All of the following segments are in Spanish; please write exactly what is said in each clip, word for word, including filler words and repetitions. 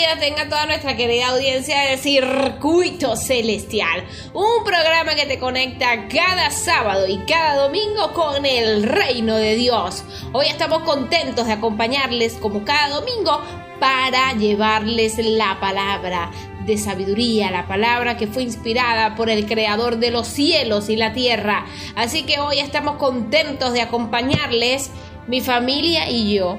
bienvenida tenga toda nuestra querida audiencia de Circuito Celestial, un programa que te conecta cada sábado y cada domingo con el reino de Dios. Hoy estamos contentos de acompañarles como cada domingo para llevarles la palabra de sabiduría, la palabra que fue inspirada por el creador de los cielos y la tierra. Así que hoy estamos contentos de acompañarles, mi familia y yo,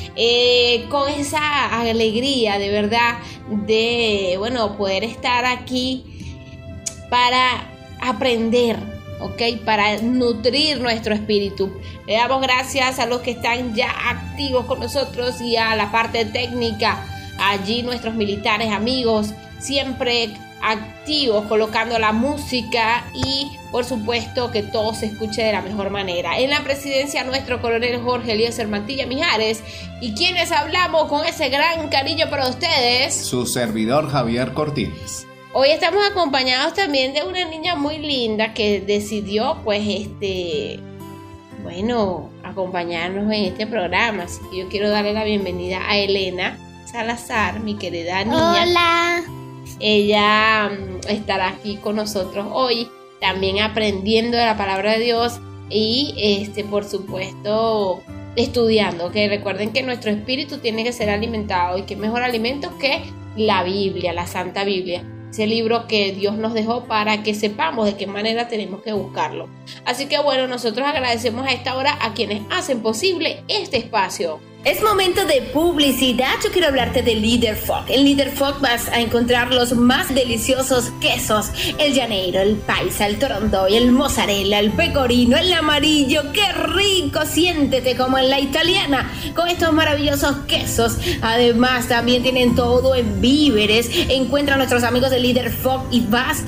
eh, con esa alegría de verdad de, bueno, poder estar aquí para aprender, ¿ok? Para nutrir nuestro espíritu. Le damos gracias a los que están ya activos con nosotros y a la parte técnica, allí nuestros militares amigos, siempre activos colocando la música y por supuesto que todo se escuche de la mejor manera. En la presidencia nuestro coronel Jorge Eliezer Mantilla Mijares, y quienes hablamos con ese gran cariño para ustedes, su servidor Javier Cortines. Hoy estamos acompañados también de una niña muy linda que decidió pues este bueno acompañarnos en este programa, así que yo quiero darle la bienvenida a Elena Salazar, mi querida niña. Hola. Ella um, estará aquí con nosotros hoy, también aprendiendo de la palabra de Dios y, este, por supuesto, estudiando. Que recuerden que nuestro espíritu tiene que ser alimentado y que mejor alimento que la Biblia, la Santa Biblia. Ese libro que Dios nos dejó para que sepamos de qué manera tenemos que buscarlo. Así que bueno, nosotros agradecemos a esta hora a quienes hacen posible este espacio. Es momento de publicidad. Yo quiero hablarte de Líder Fog. En Líder Fog vas a encontrar los más deliciosos quesos: el llaneiro, el paisa, el torondoy, el mozzarella, el pecorino, el amarillo. ¡Qué rico! Siéntete como en la italiana con estos maravillosos quesos. Además, también tienen todo en víveres. Encuentra a nuestros amigos de Líder Fog y vas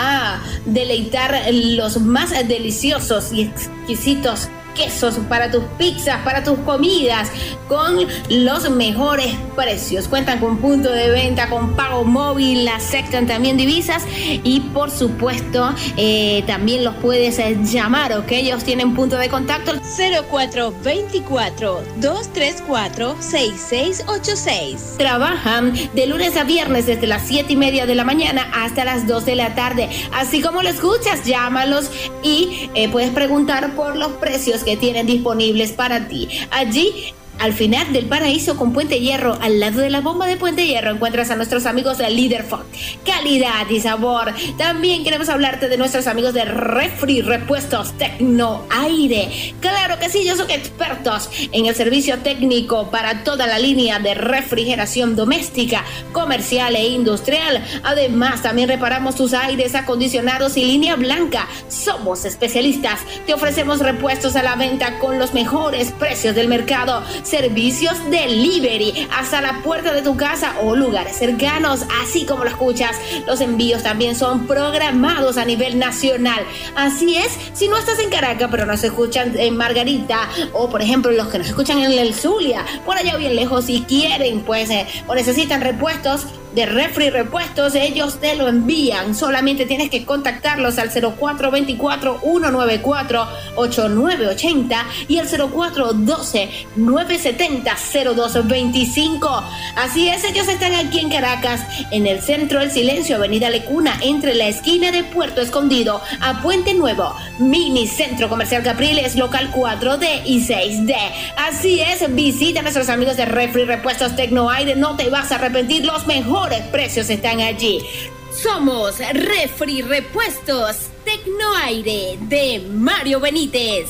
a deleitar los más deliciosos y exquisitos quesos para tus pizzas, para tus comidas, con los mejores precios. Cuentan con punto de venta, con pago móvil, aceptan también divisas y por supuesto eh, también los puedes eh, llamar, ¿ok? Ellos tienen punto de contacto cero cuatro veinticuatro, doscientos treinta y cuatro, sesenta y seis ochenta y seis. Trabajan de lunes a viernes desde las siete y media de la mañana hasta las dos de la tarde. Así como lo escuchas, llámalos y eh, puedes preguntar por los precios que tienen disponibles para ti. Allí, al final del paraíso con Puente Hierro, al lado de la bomba de Puente Hierro, encuentras a nuestros amigos de Líder Fog. Calidad y sabor. También queremos hablarte de nuestros amigos de Refri Repuestos Tecno Aire. Claro que sí, ellos son expertos en el servicio técnico para toda la línea de refrigeración doméstica, comercial e industrial. Además, también reparamos tus aires acondicionados y línea blanca. Somos especialistas. Te ofrecemos repuestos a la venta con los mejores precios del mercado. Servicios delivery hasta la puerta de tu casa o lugares cercanos, así como lo escuchas. Los envíos también son programados a nivel nacional. Así es, si no estás en Caracas pero nos escuchan en Margarita, o por ejemplo los que nos escuchan en el Zulia, por allá bien lejos, y quieren pues eh, o necesitan repuestos de Refri Repuestos, ellos te lo envían. Solamente tienes que contactarlos al cero cuatro veinticuatro, ciento noventa y cuatro, ochenta y nueve ochenta y el cero cuatro doce, novecientos setenta, cero dos veinticinco. Así es, ellos están aquí en Caracas, en el Centro del Silencio, Avenida Lecuna, entre la esquina de Puerto Escondido a Puente Nuevo. Mini Centro Comercial Capriles, local cuatro D y seis D. Así es, visita a nuestros amigos de Refri Repuestos Tecno Aire, no te vas a arrepentir, los mejores precios están allí. Somos Refri Repuestos Tecno Aire de Mario Benítez.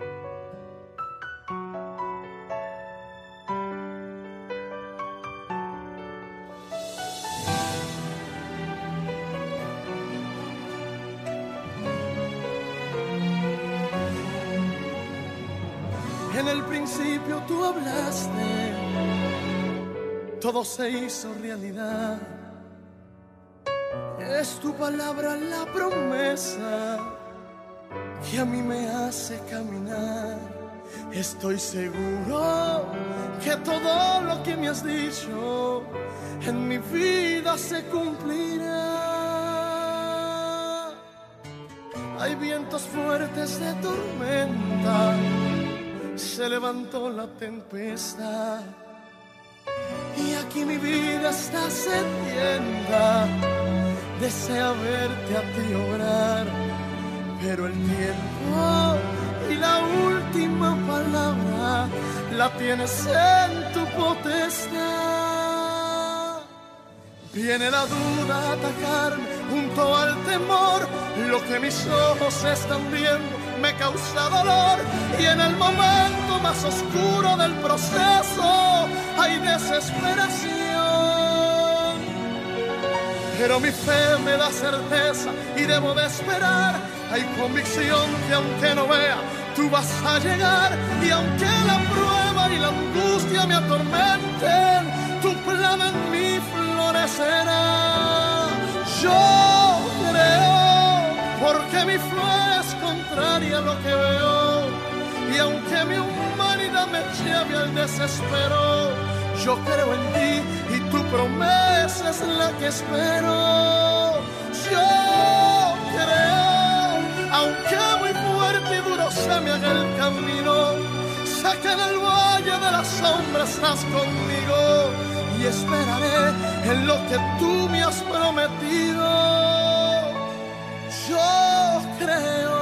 En el principio tú hablaste, todo se hizo realidad. Es tu palabra la promesa que a mí me hace caminar. Estoy seguro que todo lo que me has dicho en mi vida se cumplirá. Hay vientos fuertes de tormenta, se levantó la tempestad y aquí mi vida está sedienta. Desea verte a ti obrar, pero el tiempo y la última palabra la tienes en tu potestad. Viene la duda a atacarme junto al temor, lo que mis ojos están viendo me causa dolor, y en el momento más oscuro del proceso hay desesperación. Pero mi fe me da certeza y debo de esperar. Hay convicción que aunque no vea, tú vas a llegar. Y aunque la prueba y la angustia me atormenten, tu plan en mí florecerá. Yo creo, porque mi fe es contraria a lo que veo. Y aunque mi humanidad me lleve al desespero, yo creo en ti y tu promesa es la que espero. Yo creo, aunque muy fuerte y duro se me haga el camino, sé que en el valle de la sombra estás conmigo, y esperaré en lo que tú me has prometido. Yo creo.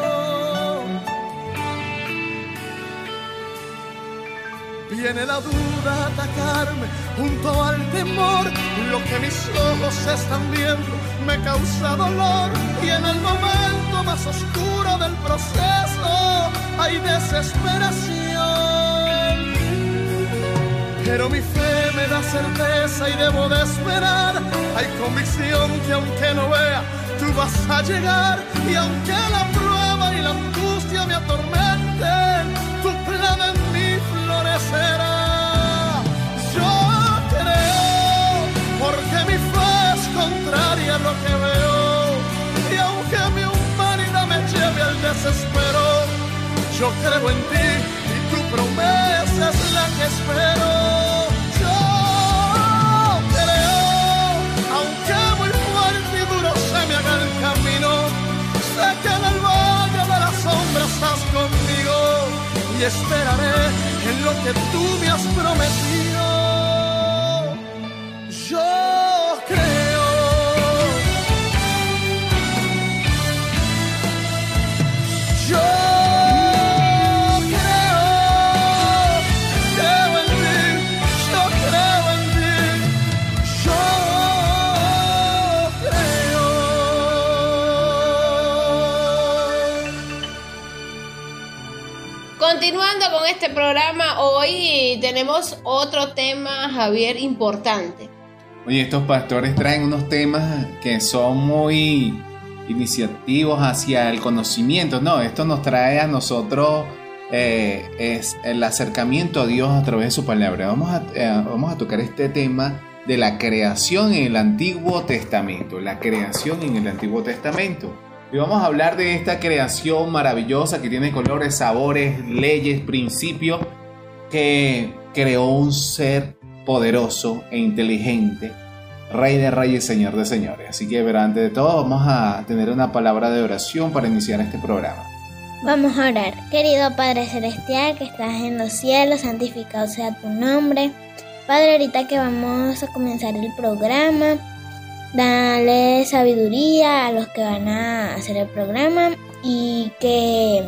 Viene la duda a atacarme junto al temor, lo que mis ojos están viendo me causa dolor, y en el momento más oscuro del proceso hay desesperación. Pero mi fe me da certeza y debo de esperar. Hay convicción que aunque no vea, tú vas a llegar, y aunque la prueba y la angustia me atormenten, tu plan en mí florecerá. Yo creo, porque mi fe es contraria a lo que veo, y aunque mi humanidad me lleve al desespero, yo creo en ti y tu promesa es la que espero. Yo creo, aunque muy fuerte y duro se me haga el camino, sé que en el valle de la sombra estás conmigo, y esperaré en lo que tú me has prometido. Yo creo. Yo creo. Creo en ti. Yo creo en ti. Yo creo. Continuando con este programa, hoy tenemos otro tema, Javier, importante. Oye, estos pastores traen unos temas que son muy iniciativos hacia el conocimiento, ¿no? Esto nos trae a nosotros eh, es el acercamiento a Dios a través de su palabra. Vamos a, eh, vamos a tocar este tema de la creación en el Antiguo Testamento, la creación en el Antiguo Testamento. Y vamos a hablar de esta creación maravillosa que tiene colores, sabores, leyes, principios, que creó un ser poderoso e inteligente, Rey de Reyes, Señor de Señores. Así que, pero antes de todo, vamos a tener una palabra de oración para iniciar este programa. Vamos a orar. Querido Padre Celestial, que estás en los cielos, santificado sea tu nombre. Padre, ahorita que vamos a comenzar el programa, dale sabiduría a los que van a hacer el programa, y que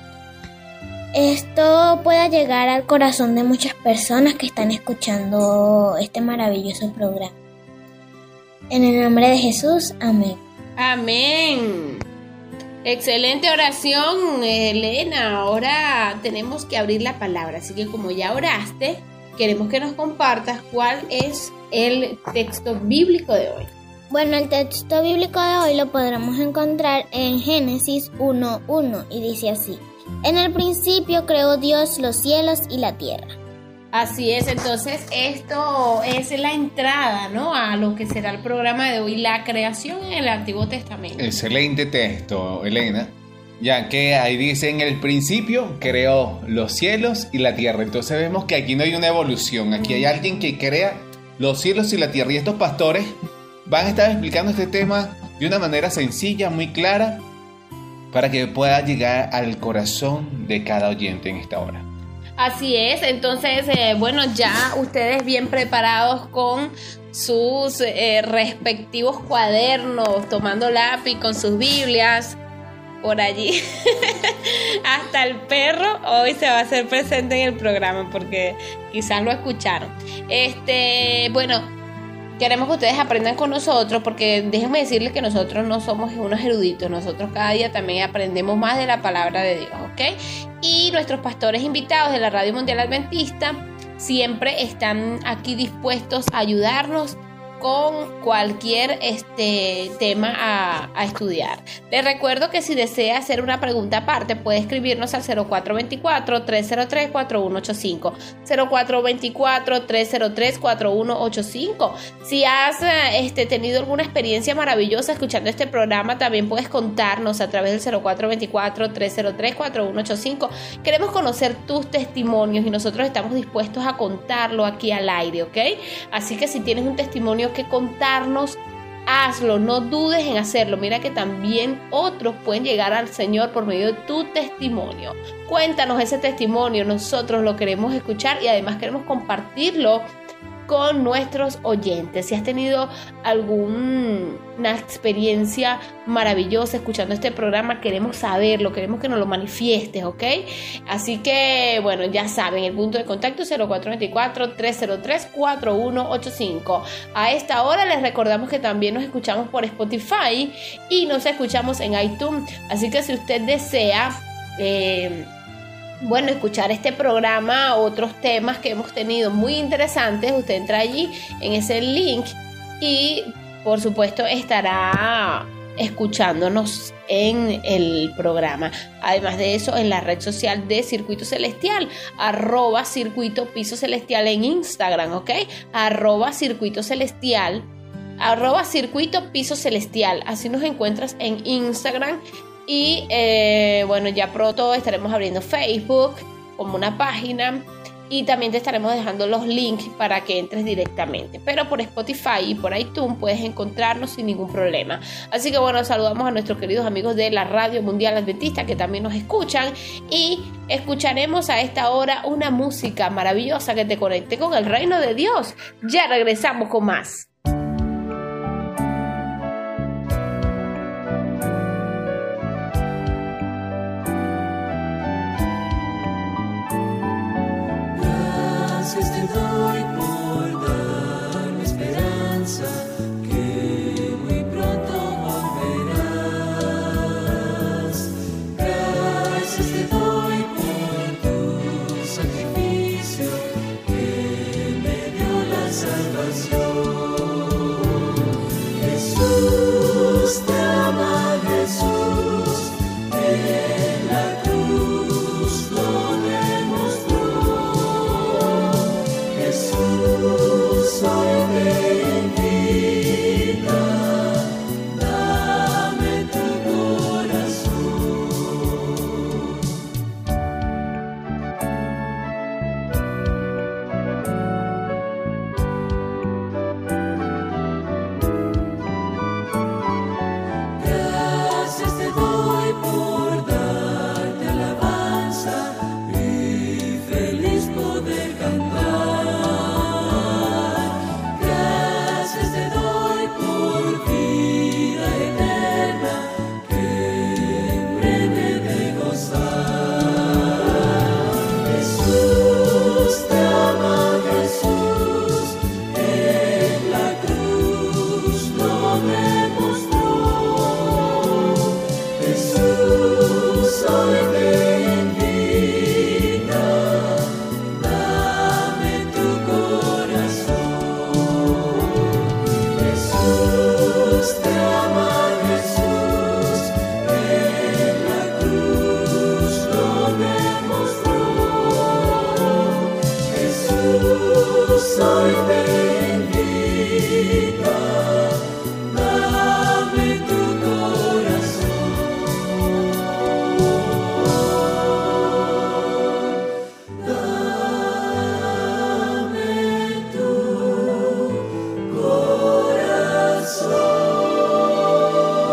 esto pueda llegar al corazón de muchas personas que están escuchando este maravilloso programa. En el nombre de Jesús, amén. Amén. Excelente oración, Elena. Ahora tenemos que abrir la palabra, así que como ya oraste, queremos que nos compartas cuál es el texto bíblico de hoy. Bueno, el texto bíblico de hoy lo podremos encontrar en Génesis uno uno, y dice así: en el principio creó Dios los cielos y la tierra. Así es, entonces esto es la entrada, ¿no?, a lo que será el programa de hoy, la creación en el Antiguo Testamento. Excelente texto, Elena, ya que ahí dice: en el principio creó los cielos y la tierra. Entonces vemos que aquí no hay una evolución, aquí hay alguien que crea los cielos y la tierra, y estos pastores van a estar explicando este tema de una manera sencilla, muy clara, para que pueda llegar al corazón de cada oyente en esta hora. Así es, entonces, eh, bueno, ya ustedes bien preparados con sus eh, respectivos cuadernos, tomando lápiz con sus Biblias por allí. Hasta el perro hoy se va a hacer presente en el programa porque quizás lo escucharon. Este, bueno, queremos que ustedes aprendan con nosotros porque déjenme decirles que nosotros no somos unos eruditos, nosotros cada día también aprendemos más de la palabra de Dios, ¿ok? Y nuestros pastores invitados de la Radio Mundial Adventista siempre están aquí dispuestos a ayudarnos con cualquier este, tema a, a estudiar. Les recuerdo que si desea hacer una pregunta aparte, puede escribirnos al cero cuatro dos cuatro, tres cero tres, cuatro uno ocho cinco. cero cuatro dos cuatro, tres cero tres, cuatro uno ocho cinco. Si has este, tenido alguna experiencia maravillosa escuchando este programa, también puedes contarnos a través del cero cuatro dos cuatro, tres cero tres, cuatro uno ocho cinco. Queremos conocer tus testimonios y nosotros estamos dispuestos a contarlo aquí al aire, ¿ok? Así que si tienes un testimonio que contarnos, hazlo, no dudes en hacerlo. Mira que también otros pueden llegar al Señor por medio de tu testimonio. Cuéntanos ese testimonio, nosotros lo queremos escuchar y además queremos compartirlo con nuestros oyentes. Si has tenido alguna experiencia maravillosa escuchando este programa, queremos saberlo, queremos que nos lo manifiestes, ¿ok? Así que, bueno, ya saben, el punto de contacto cero cuatro dos cuatro, tres cero tres, cuatro uno ocho cinco. A esta hora les recordamos que también nos escuchamos por Spotify y nos escuchamos en iTunes. Así que si usted desea Eh, bueno, escuchar este programa, otros temas que hemos tenido muy interesantes, usted entra allí en ese link y por supuesto estará escuchándonos en el programa. Además de eso, en la red social de Circuito Celestial, arroba Circuito Piso Celestial en Instagram, ¿ok? Arroba Circuito Celestial, arroba Circuito Piso Celestial, así nos encuentras en Instagram. Y eh, bueno, ya pronto estaremos abriendo Facebook como una página y también te estaremos dejando los links para que entres directamente. Pero por Spotify y por iTunes puedes encontrarnos sin ningún problema. Así que bueno, saludamos a nuestros queridos amigos de la Radio Mundial Adventista que también nos escuchan y escucharemos a esta hora una música maravillosa que te conecte con el reino de Dios. Ya regresamos con más. Gracias te doy por darme esperanza, que muy pronto volverás. Gracias te doy por tu sacrificio, que me dio la salvación. Jesús te ama, Jesús en la cruz lo demostró. Jesús hoy me invita, dame tu corazón. Gracias te doy por darte alabanza y feliz poder cantar. Soy te invita, dame tu corazón, dame tu corazón.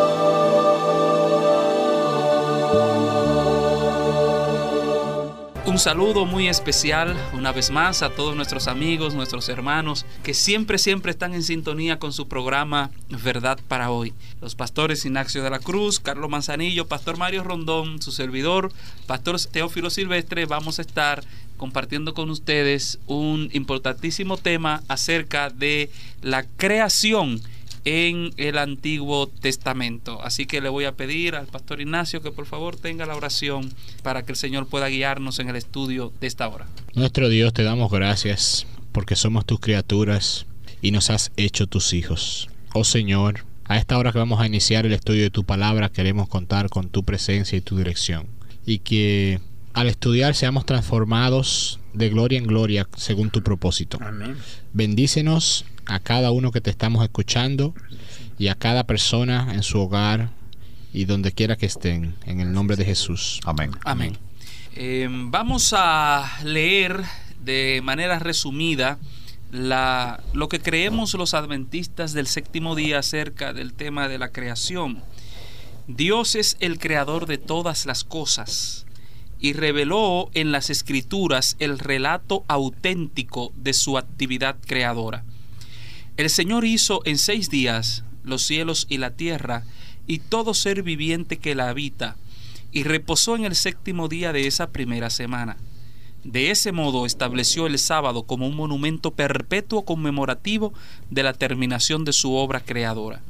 Un Un saludo muy especial una vez más a todos nuestros amigos, nuestros hermanos que siempre, siempre están en sintonía con su programa Verdad para Hoy. Los pastores Ignacio de la Cruz, Carlos Manzanillo, Pastor Mario Rondón, su servidor, Pastor Teófilo Silvestre, vamos a estar compartiendo con ustedes un importantísimo tema acerca de la creación en el Antiguo Testamento. Así que le voy a pedir al Pastor Ignacio que por favor tenga la oración para que el Señor pueda guiarnos en el estudio de esta hora. Nuestro Dios, te damos gracias porque somos tus criaturas y nos has hecho tus hijos. Oh Señor, a esta hora que vamos a iniciar el estudio de tu palabra, queremos contar con tu presencia y tu dirección, y que al estudiar seamos transformados de gloria en gloria según tu propósito. Amén. Bendícenos a cada uno que te estamos escuchando y a cada persona en su hogar y donde quiera que estén, en el nombre de Jesús. Amén. Amén. Eh, vamos a leer de manera resumida la, lo que creemos los adventistas del séptimo día acerca del tema de la creación. Dios es el creador de todas las cosas y reveló en las Escrituras el relato auténtico de su actividad creadora. El Señor hizo en seis días los cielos y la tierra y todo ser viviente que la habita, y reposó en el séptimo día de esa primera semana. De ese modo estableció el sábado como un monumento perpetuo conmemorativo de la terminación de su obra creadora.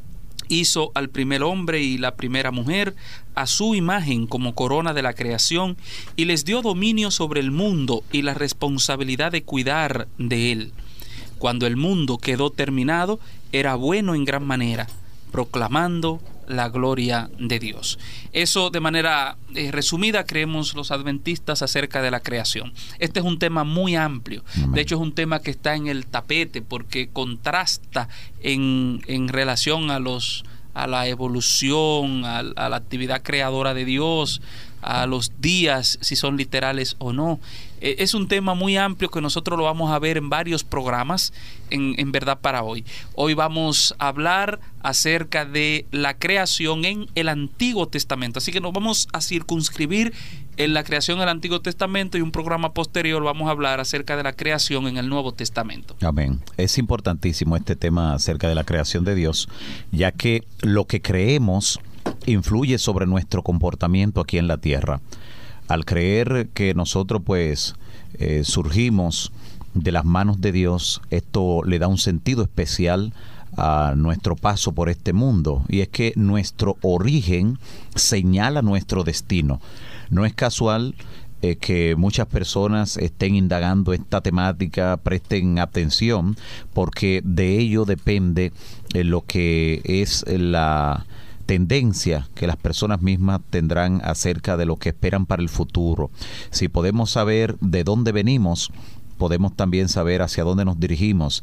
Hizo al primer hombre y la primera mujer a su imagen como corona de la creación y les dio dominio sobre el mundo y la responsabilidad de cuidar de él. Cuando el mundo quedó terminado, era bueno en gran manera, proclamando la gloria de Dios. Eso de manera eh, resumida creemos los adventistas acerca de la creación. Este es un tema muy amplio. Amén. De hecho es un tema que está en el tapete porque contrasta en, en relación a los a la evolución, a, a la actividad creadora de Dios, a los días, si son literales o no. Eh, es un tema muy amplio que nosotros lo vamos a ver en varios programas en, en Verdad para Hoy. Hoy vamos a hablar acerca de la creación en el Antiguo Testamento. Así que nos vamos a circunscribir en la creación en el Antiguo Testamento y un programa posterior vamos a hablar acerca de la creación en el Nuevo Testamento. Amén. Es importantísimo este tema acerca de la creación de Dios, ya que lo que creemos influye sobre nuestro comportamiento aquí en la tierra. Al creer que nosotros pues eh, surgimos de las manos de Dios, esto le da un sentido especial a nuestro paso por este mundo, y es que nuestro origen señala nuestro destino. No es casual eh, que muchas personas estén indagando esta temática, presten atención, porque de ello depende eh, lo que es la tendencia que las personas mismas tendrán acerca de lo que esperan para el futuro. Si podemos saber de dónde venimos, podemos también saber hacia dónde nos dirigimos,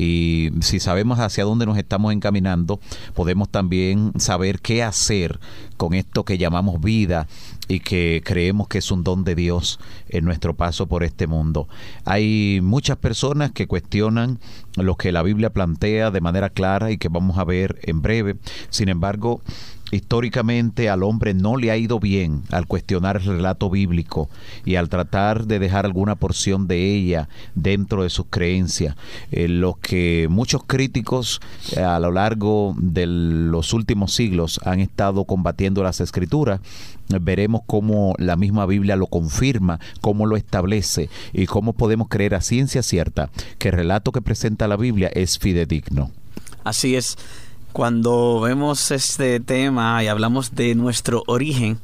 y si sabemos hacia dónde nos estamos encaminando, podemos también saber qué hacer con esto que llamamos vida y que creemos que es un don de Dios en nuestro paso por este mundo. Hay muchas personas que cuestionan lo que la Biblia plantea de manera clara y que vamos a ver en breve. Sin embargo, históricamente al hombre no le ha ido bien al cuestionar el relato bíblico y al tratar de dejar alguna porción de ella dentro de sus creencias. Eh, lo que muchos críticos eh, a lo largo de los últimos siglos han estado combatiendo las Escrituras, eh, veremos cómo la misma Biblia lo confirma, cómo lo establece y cómo podemos creer a ciencia cierta que el relato que presenta la Biblia es fidedigno. Así es. Cuando vemos este tema y hablamos de nuestro origen,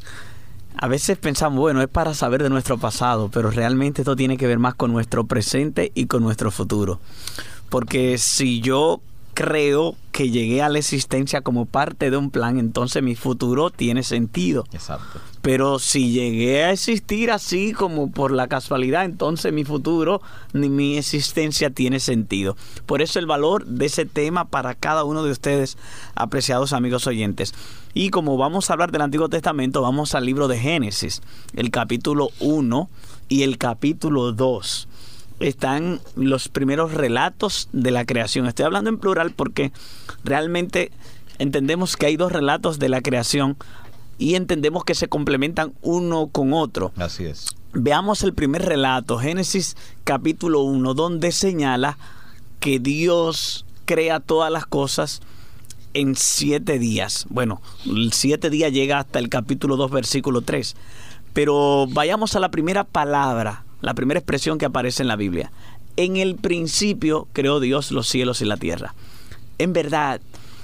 a veces pensamos, bueno, es para saber de nuestro pasado, pero realmente esto tiene que ver más con nuestro presente y con nuestro futuro. Porque si yo creo que llegué a la existencia como parte de un plan, entonces mi futuro tiene sentido. Exacto. Pero si llegué a existir así como por la casualidad, entonces mi futuro ni mi existencia tiene sentido. Por eso el valor de ese tema para cada uno de ustedes, apreciados amigos oyentes. Y como vamos a hablar del Antiguo Testamento, vamos al libro de Génesis, el capítulo uno y el capítulo dos. Están los primeros relatos de la creación. Estoy hablando en plural porque realmente entendemos que hay dos relatos de la creación y entendemos que se complementan uno con otro. Así es. veamos el primer relato, Génesis capítulo uno, donde señala que Dios crea todas las cosas en siete días. Bueno, el siete días llega hasta el capítulo dos, versículo tres. Pero vayamos a la primera palabra, la primera expresión que aparece en la Biblia. En el principio creó Dios los cielos y la tierra. En verdad,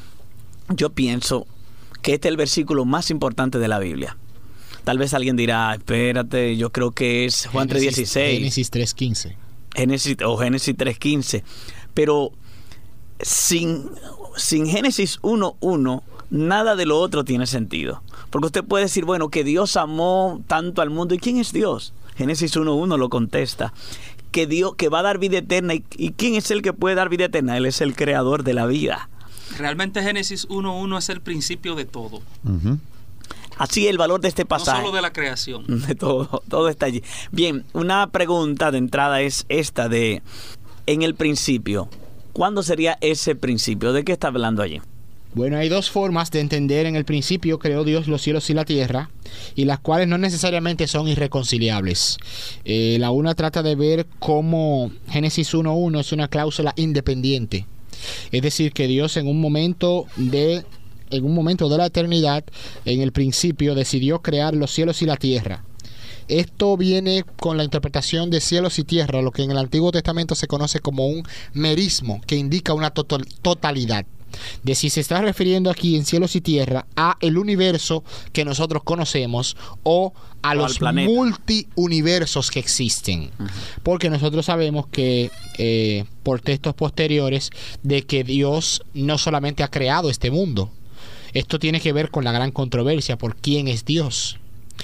yo pienso que este es el versículo más importante de la Biblia. Tal vez alguien dirá, espérate, yo creo que es Juan tres dieciséis. Génesis tres quince. Génesis, o Génesis tres quince. Pero sin, sin Génesis uno uno, nada de lo otro tiene sentido. Porque usted puede decir, bueno, que Dios amó tanto al mundo. ¿Y quién es Dios? Génesis uno uno lo contesta. Que Dios, que va a dar vida eterna. ¿Y, y quién es el que puede dar vida eterna? Él es el creador de la vida. Realmente Génesis uno uno es el principio de todo. Uh-huh. Así el valor de este pasaje. No solo de la creación. De todo, todo está allí. Bien, una pregunta de entrada es esta de, en el principio, ¿cuándo sería ese principio? ¿De qué está hablando allí? Bueno, hay dos formas de entender en el principio creó Dios los cielos y la tierra, y las cuales no necesariamente son irreconciliables. Eh, la una trata de ver cómo Génesis uno uno es una cláusula independiente. Es decir, que Dios en un momento de en un momento de la eternidad, en el principio, decidió crear los cielos y la tierra. Esto viene con la interpretación de cielos y tierra, lo que en el Antiguo Testamento se conoce como un merismo, que indica una total, totalidad. De si se está refiriendo aquí en cielos y tierra a el universo que nosotros conocemos o a o los multiuniversos que existen. Uh-huh. Porque nosotros sabemos que eh, por textos posteriores de que Dios no solamente ha creado este mundo. Esto tiene que ver con la gran controversia por quién es Dios.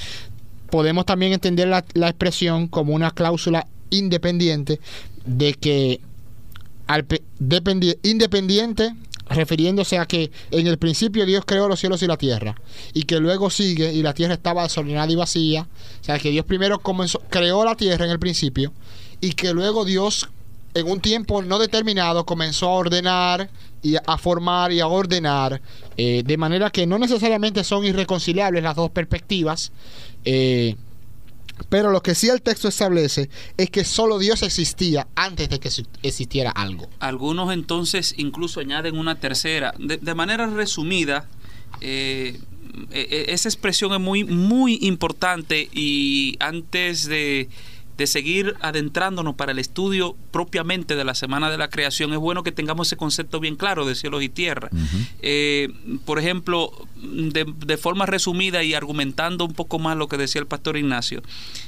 Podemos también entender la, la expresión como una cláusula independiente de que al, dependi, independiente refiriéndose a que en el principio Dios creó los cielos y la tierra, y que luego sigue y la tierra estaba desordenada y vacía. O sea, que Dios primero comenzó, creó la tierra en el principio, y que luego Dios en un tiempo no determinado comenzó a ordenar y a formar y a ordenar, eh, de manera que no necesariamente son irreconciliables las dos perspectivas, eh, pero lo que sí el texto establece es que solo Dios existía antes de que existiera algo. Algunos entonces incluso añaden una tercera. De, de manera resumida, eh, eh, esa expresión es muy, muy importante, y antes de... de seguir adentrándonos para el estudio propiamente de la Semana de la Creación, es bueno que tengamos ese concepto bien claro de cielos y tierra. Uh-huh. Eh, por ejemplo, de, de forma resumida y argumentando un poco más lo que decía el pastor Ignacio,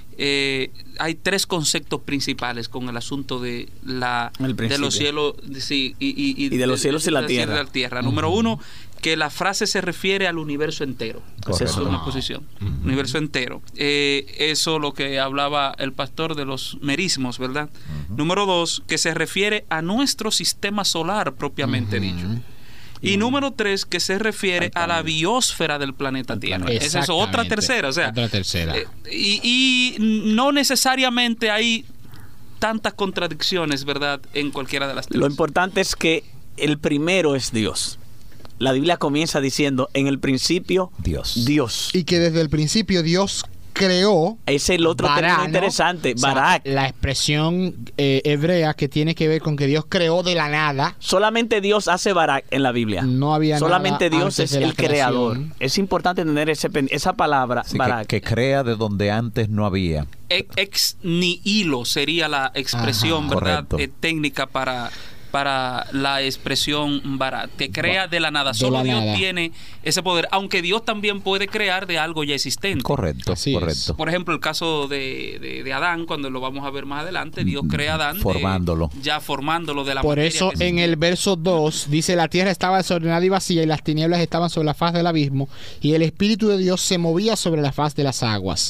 eh, hay tres conceptos principales con el asunto de la de los cielos sí, y, y, y, y de los cielos y la tierra. La tierra. Uh-huh. Número uno, que la frase se refiere al universo entero. Correcto. Esa es una posición. Uh-huh. Universo entero. Eh, eso lo que hablaba el pastor de los merismos, ¿verdad? Uh-huh. Número dos, que se refiere a nuestro sistema solar propiamente uh-huh. dicho. Y uh-huh. número tres, que se refiere a la biosfera del planeta Tierra. Esa es otra tercera. O sea, otra tercera. Eh, y, y no necesariamente hay tantas contradicciones, ¿verdad?, en cualquiera de las tres. Lo importante es que el primero es Dios. La Biblia comienza diciendo, en el principio, Dios. Dios. Y que desde el principio Dios creó. Es el otro Bará, término ¿no? interesante, o sea, Barak. La expresión eh, hebrea que tiene que ver con que Dios creó de la nada. Solamente Dios hace Barak en la Biblia. No había Solamente nada Dios es el creador. Es importante tener ese, esa palabra, sí, Barak. Que, que crea de donde antes no había. Ex nihilo sería la expresión, Ajá, ¿verdad? Eh, técnica para... para la expresión Barak, que crea de la nada. De Solo la Dios nada. Tiene ese poder, aunque Dios también puede crear de algo ya existente. Correcto, Así correcto. Es. Por ejemplo, el caso de, de, de Adán, cuando lo vamos a ver más adelante, Dios crea a Adán formándolo. De, ya formándolo de la Por materia. eso en el verso dos dice, la tierra estaba desordenada y vacía, y las tinieblas estaban sobre la faz del abismo, y el Espíritu de Dios se movía sobre la faz de las aguas.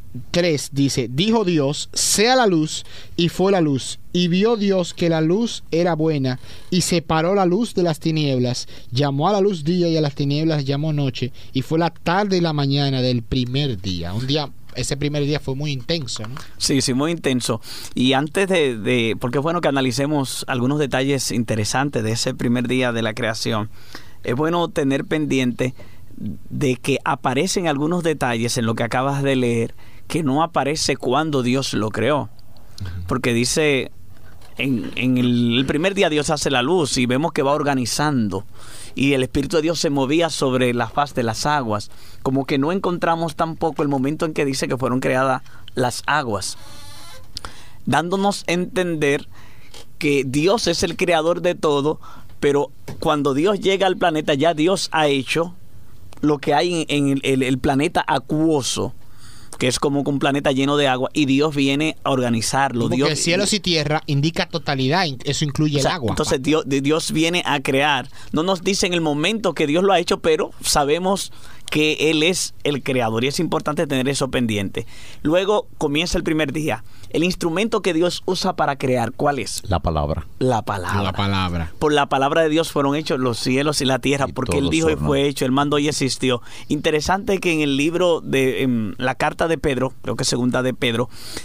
tres dice, dijo Dios, sea la luz, y fue la luz, y vio Dios que la luz era buena, y separó la luz de las tinieblas, llamó a la luz día y a las tinieblas llamó noche, y fue la tarde y la mañana del primer día. Un día, ese primer día fue muy intenso, ¿no? Sí, sí, muy intenso. Y antes de, de porque es bueno que analicemos algunos detalles interesantes de ese primer día de la creación, es bueno tener pendiente de que aparecen algunos detalles en lo que acabas de leer que no aparece cuando Dios lo creó. Porque dice, en, en el, el primer día Dios hace la luz y vemos que va organizando. Y el Espíritu de Dios se movía sobre la faz de las aguas. Como que no encontramos tampoco el momento en que dice que fueron creadas las aguas. Dándonos a entender que Dios es el creador de todo, pero cuando Dios llega al planeta, ya Dios ha hecho lo que hay en, en el, el, el planeta acuoso, que es como un planeta lleno de agua, y Dios viene a organizarlo. Porque Dios, el cielos y tierra indica totalidad, eso incluye o sea, el agua. Entonces Dios, Dios viene a crear. No nos dice en el momento que Dios lo ha hecho, pero sabemos que Él es el creador y es importante tener eso pendiente. Luego comienza el primer día. El instrumento que Dios usa para crear, ¿cuál es? La palabra. La palabra. La palabra. Por la palabra de Dios fueron hechos los cielos y la tierra, Y porque Él todos dijo y son, fue ¿no? hecho, Él mandó y existió. Interesante que en el libro de en la carta de Pedro, creo que segunda de Pedro,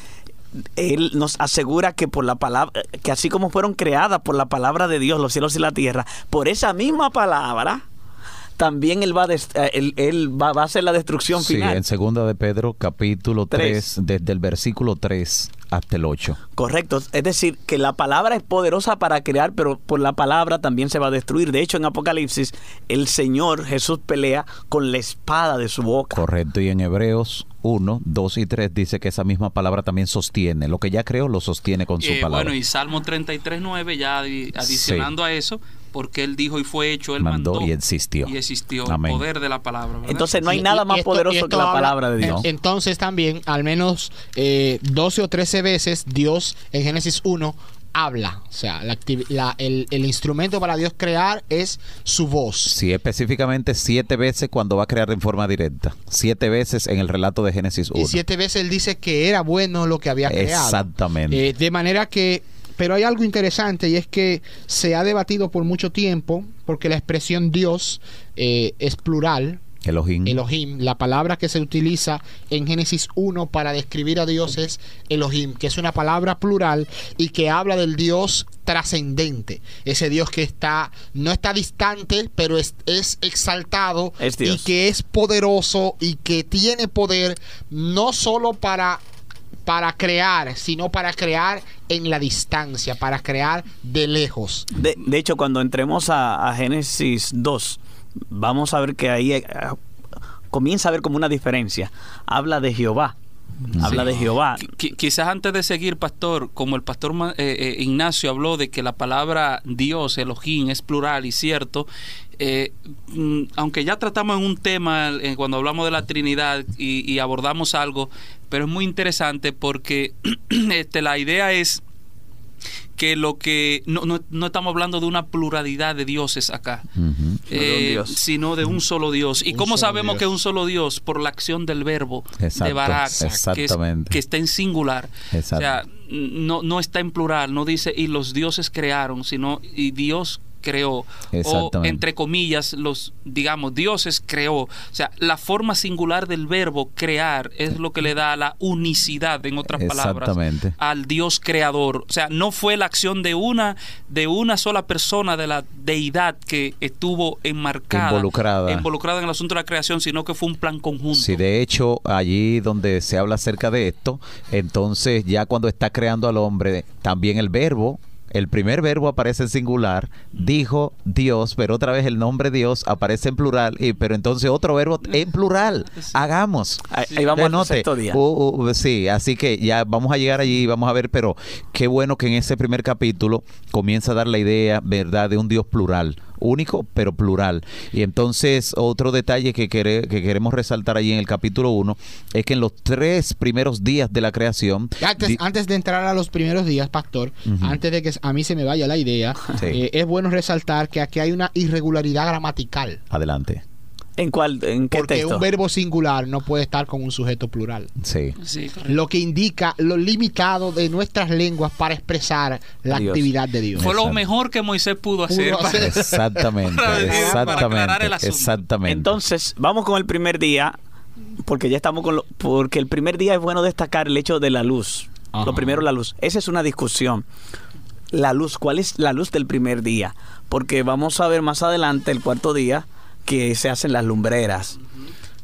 Él nos asegura que por la palabra, que así como fueron creadas por la palabra de Dios los cielos y la tierra, por esa misma palabra también él va a, dest- él, él va, va a hacer la destrucción Sí, final. en segunda de Pedro, capítulo tres, desde el versículo tres hasta el ocho. Correcto, es decir, que la palabra es poderosa para crear, pero por la palabra también se va a destruir. De hecho, en Apocalipsis, el Señor Jesús pelea con la espada de su boca. Correcto, y en Hebreos uno, dos y tres dice que esa misma palabra también sostiene. Lo que ya creó lo sostiene con su Eh, palabra. bueno, y Salmo treinta y tres, nueve, ya adi- adicionando a eso, porque Él dijo y fue hecho, Él Mandó mandó, y existió. Y existió Amén. el poder de la palabra, ¿verdad? Entonces no hay Y- nada y más esto- poderoso y esto que la habla- palabra de Dios. Entonces también, al menos eh, doce o trece veces, Dios en Génesis uno habla. O sea, la activi- la- el, el instrumento para Dios crear es su voz. Sí, específicamente siete veces cuando va a crear en forma directa. Siete veces en el relato de Génesis uno. Y siete veces él dice que era bueno lo que había creado. Exactamente. Eh, de manera que, pero hay algo interesante y es que se ha debatido por mucho tiempo, porque la expresión Dios eh, es plural. Elohim. Elohim, la palabra que se utiliza en Génesis uno para describir a Dios es Elohim, que es una palabra plural y que habla del Dios trascendente, ese Dios que está, no está distante, pero es, es exaltado Es y Dios. que es poderoso y que tiene poder no solo para para crear, sino para crear en la distancia, para crear de lejos. De, de hecho, cuando entremos a, a Génesis dos, vamos a ver que ahí eh, comienza a ver como una diferencia. Habla de Jehová. Habla de Jehová. Qui- quizás antes de seguir, pastor, como el pastor Ma- eh, eh, Ignacio habló de que la palabra Dios, Elohim, es plural y cierto, eh, mm, aunque ya tratamos en un tema eh, cuando hablamos de la Trinidad y, y abordamos algo, pero es muy interesante porque este, la idea es que lo que no, no, no estamos hablando de una pluralidad de dioses acá, Ujú. eh, de un Dios. sino de un solo Dios. ¿Y Un cómo solo sabemos Dios. que es un solo Dios? Por la acción del verbo Exacto, de Barak, que, es- exactamente. que está en singular. Exacto. O sea, no, no está en plural, no dice y los dioses crearon, sino y Dios creó, o Exactamente. entre comillas los, digamos, dioses creó. O sea, la forma singular del verbo crear es lo que le da la unicidad, en otras palabras, Exactamente. al Dios creador. O sea, no fue la acción de una de una sola persona de la deidad que estuvo enmarcada, Involucrada. involucrada en el asunto de la creación, sino que fue un plan conjunto. Sí, de hecho, allí donde se habla acerca de esto, entonces ya cuando está creando al hombre, también el verbo, el primer verbo aparece en singular, dijo Dios, pero otra vez el nombre Dios aparece en plural, y pero entonces otro verbo en plural, hagamos. Ahí, ahí vamos al Denote. sexto día. Uh, uh, sí, así que ya vamos a llegar allí y vamos a ver, pero qué bueno que en ese primer capítulo comienza a dar la idea, ¿verdad?, de un Dios plural. Único, pero plural. Y entonces, otro detalle que, quere- que queremos resaltar allí en el capítulo uno es que en los tres primeros días de la creación. Antes, di- antes de entrar a los primeros días, pastor, Ujú. antes de que a mí se me vaya la idea, Sí. eh, es bueno resaltar que aquí hay una irregularidad gramatical. Adelante. ¿En cuál? ¿En qué Porque texto? un verbo singular no puede estar con un sujeto plural. Sí. Sí, correcto. Lo que indica lo limitado de nuestras lenguas para expresar la Dios. actividad de Dios. Fue lo Exacto. mejor que Moisés pudo hacer. Pudo hacer. Exactamente, Para decir- para aclarar exactamente, el asunto. exactamente. Entonces, vamos con el primer día, porque ya estamos con lo, porque el primer día es bueno destacar el hecho de la luz. Ajá. Lo primero, la luz. Esa es una discusión. La luz, ¿cuál es la luz del primer día? Porque vamos a ver más adelante, el cuarto día, que se hacen las lumbreras.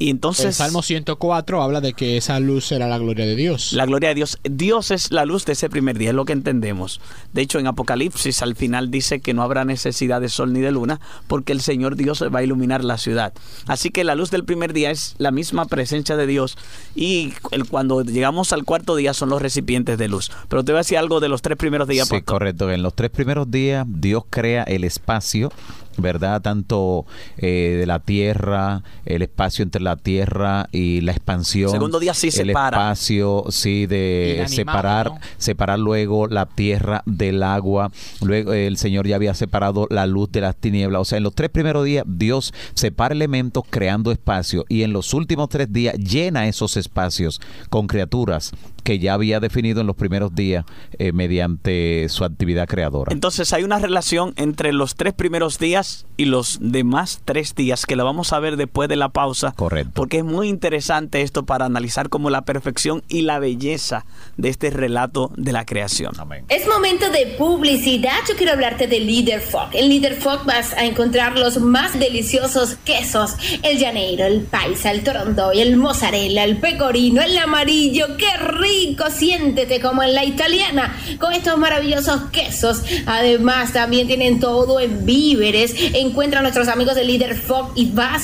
Y entonces el Salmo ciento cuatro habla de que esa luz era la gloria de Dios. La gloria de Dios. Dios es la luz de ese primer día, es lo que entendemos. De hecho, en Apocalipsis al final dice que no habrá necesidad de sol ni de luna porque el Señor Dios va a iluminar la ciudad. Así que la luz del primer día es la misma presencia de Dios y el, cuando llegamos al cuarto día son los recipientes de luz. Pero te voy a decir algo de los tres primeros días. Sí, pastor. correcto. En los tres primeros días Dios crea el espacio, ¿verdad? Tanto eh, de la tierra, el espacio entre la tierra y la expansión. Segundo día sí el separa. El espacio, sí, de Inanimado, separar, ¿no? separar luego la tierra del agua. Luego eh, el Señor ya había separado la luz de las tinieblas. O sea, en los tres primeros días Dios separa elementos creando espacio y en los últimos tres días llena esos espacios con criaturas que ya había definido en los primeros días eh, mediante su actividad creadora. Entonces hay una relación entre los tres primeros días y los demás tres días que la vamos a ver después de la pausa. Correcto. Porque es muy interesante esto para analizar como la perfección y la belleza de este relato de la creación. Amén. Es momento de publicidad. Yo quiero hablarte de Líder Fog. En Líder Fog vas a encontrar los más deliciosos quesos: el llanero, el paisa, el torondoy, el mozzarella, el pecorino, el amarillo. ¡Qué rico! Siéntete como en la italiana con estos maravillosos quesos. Además, también tienen todo en víveres. Encuentra a nuestros amigos de Líder Fog y vas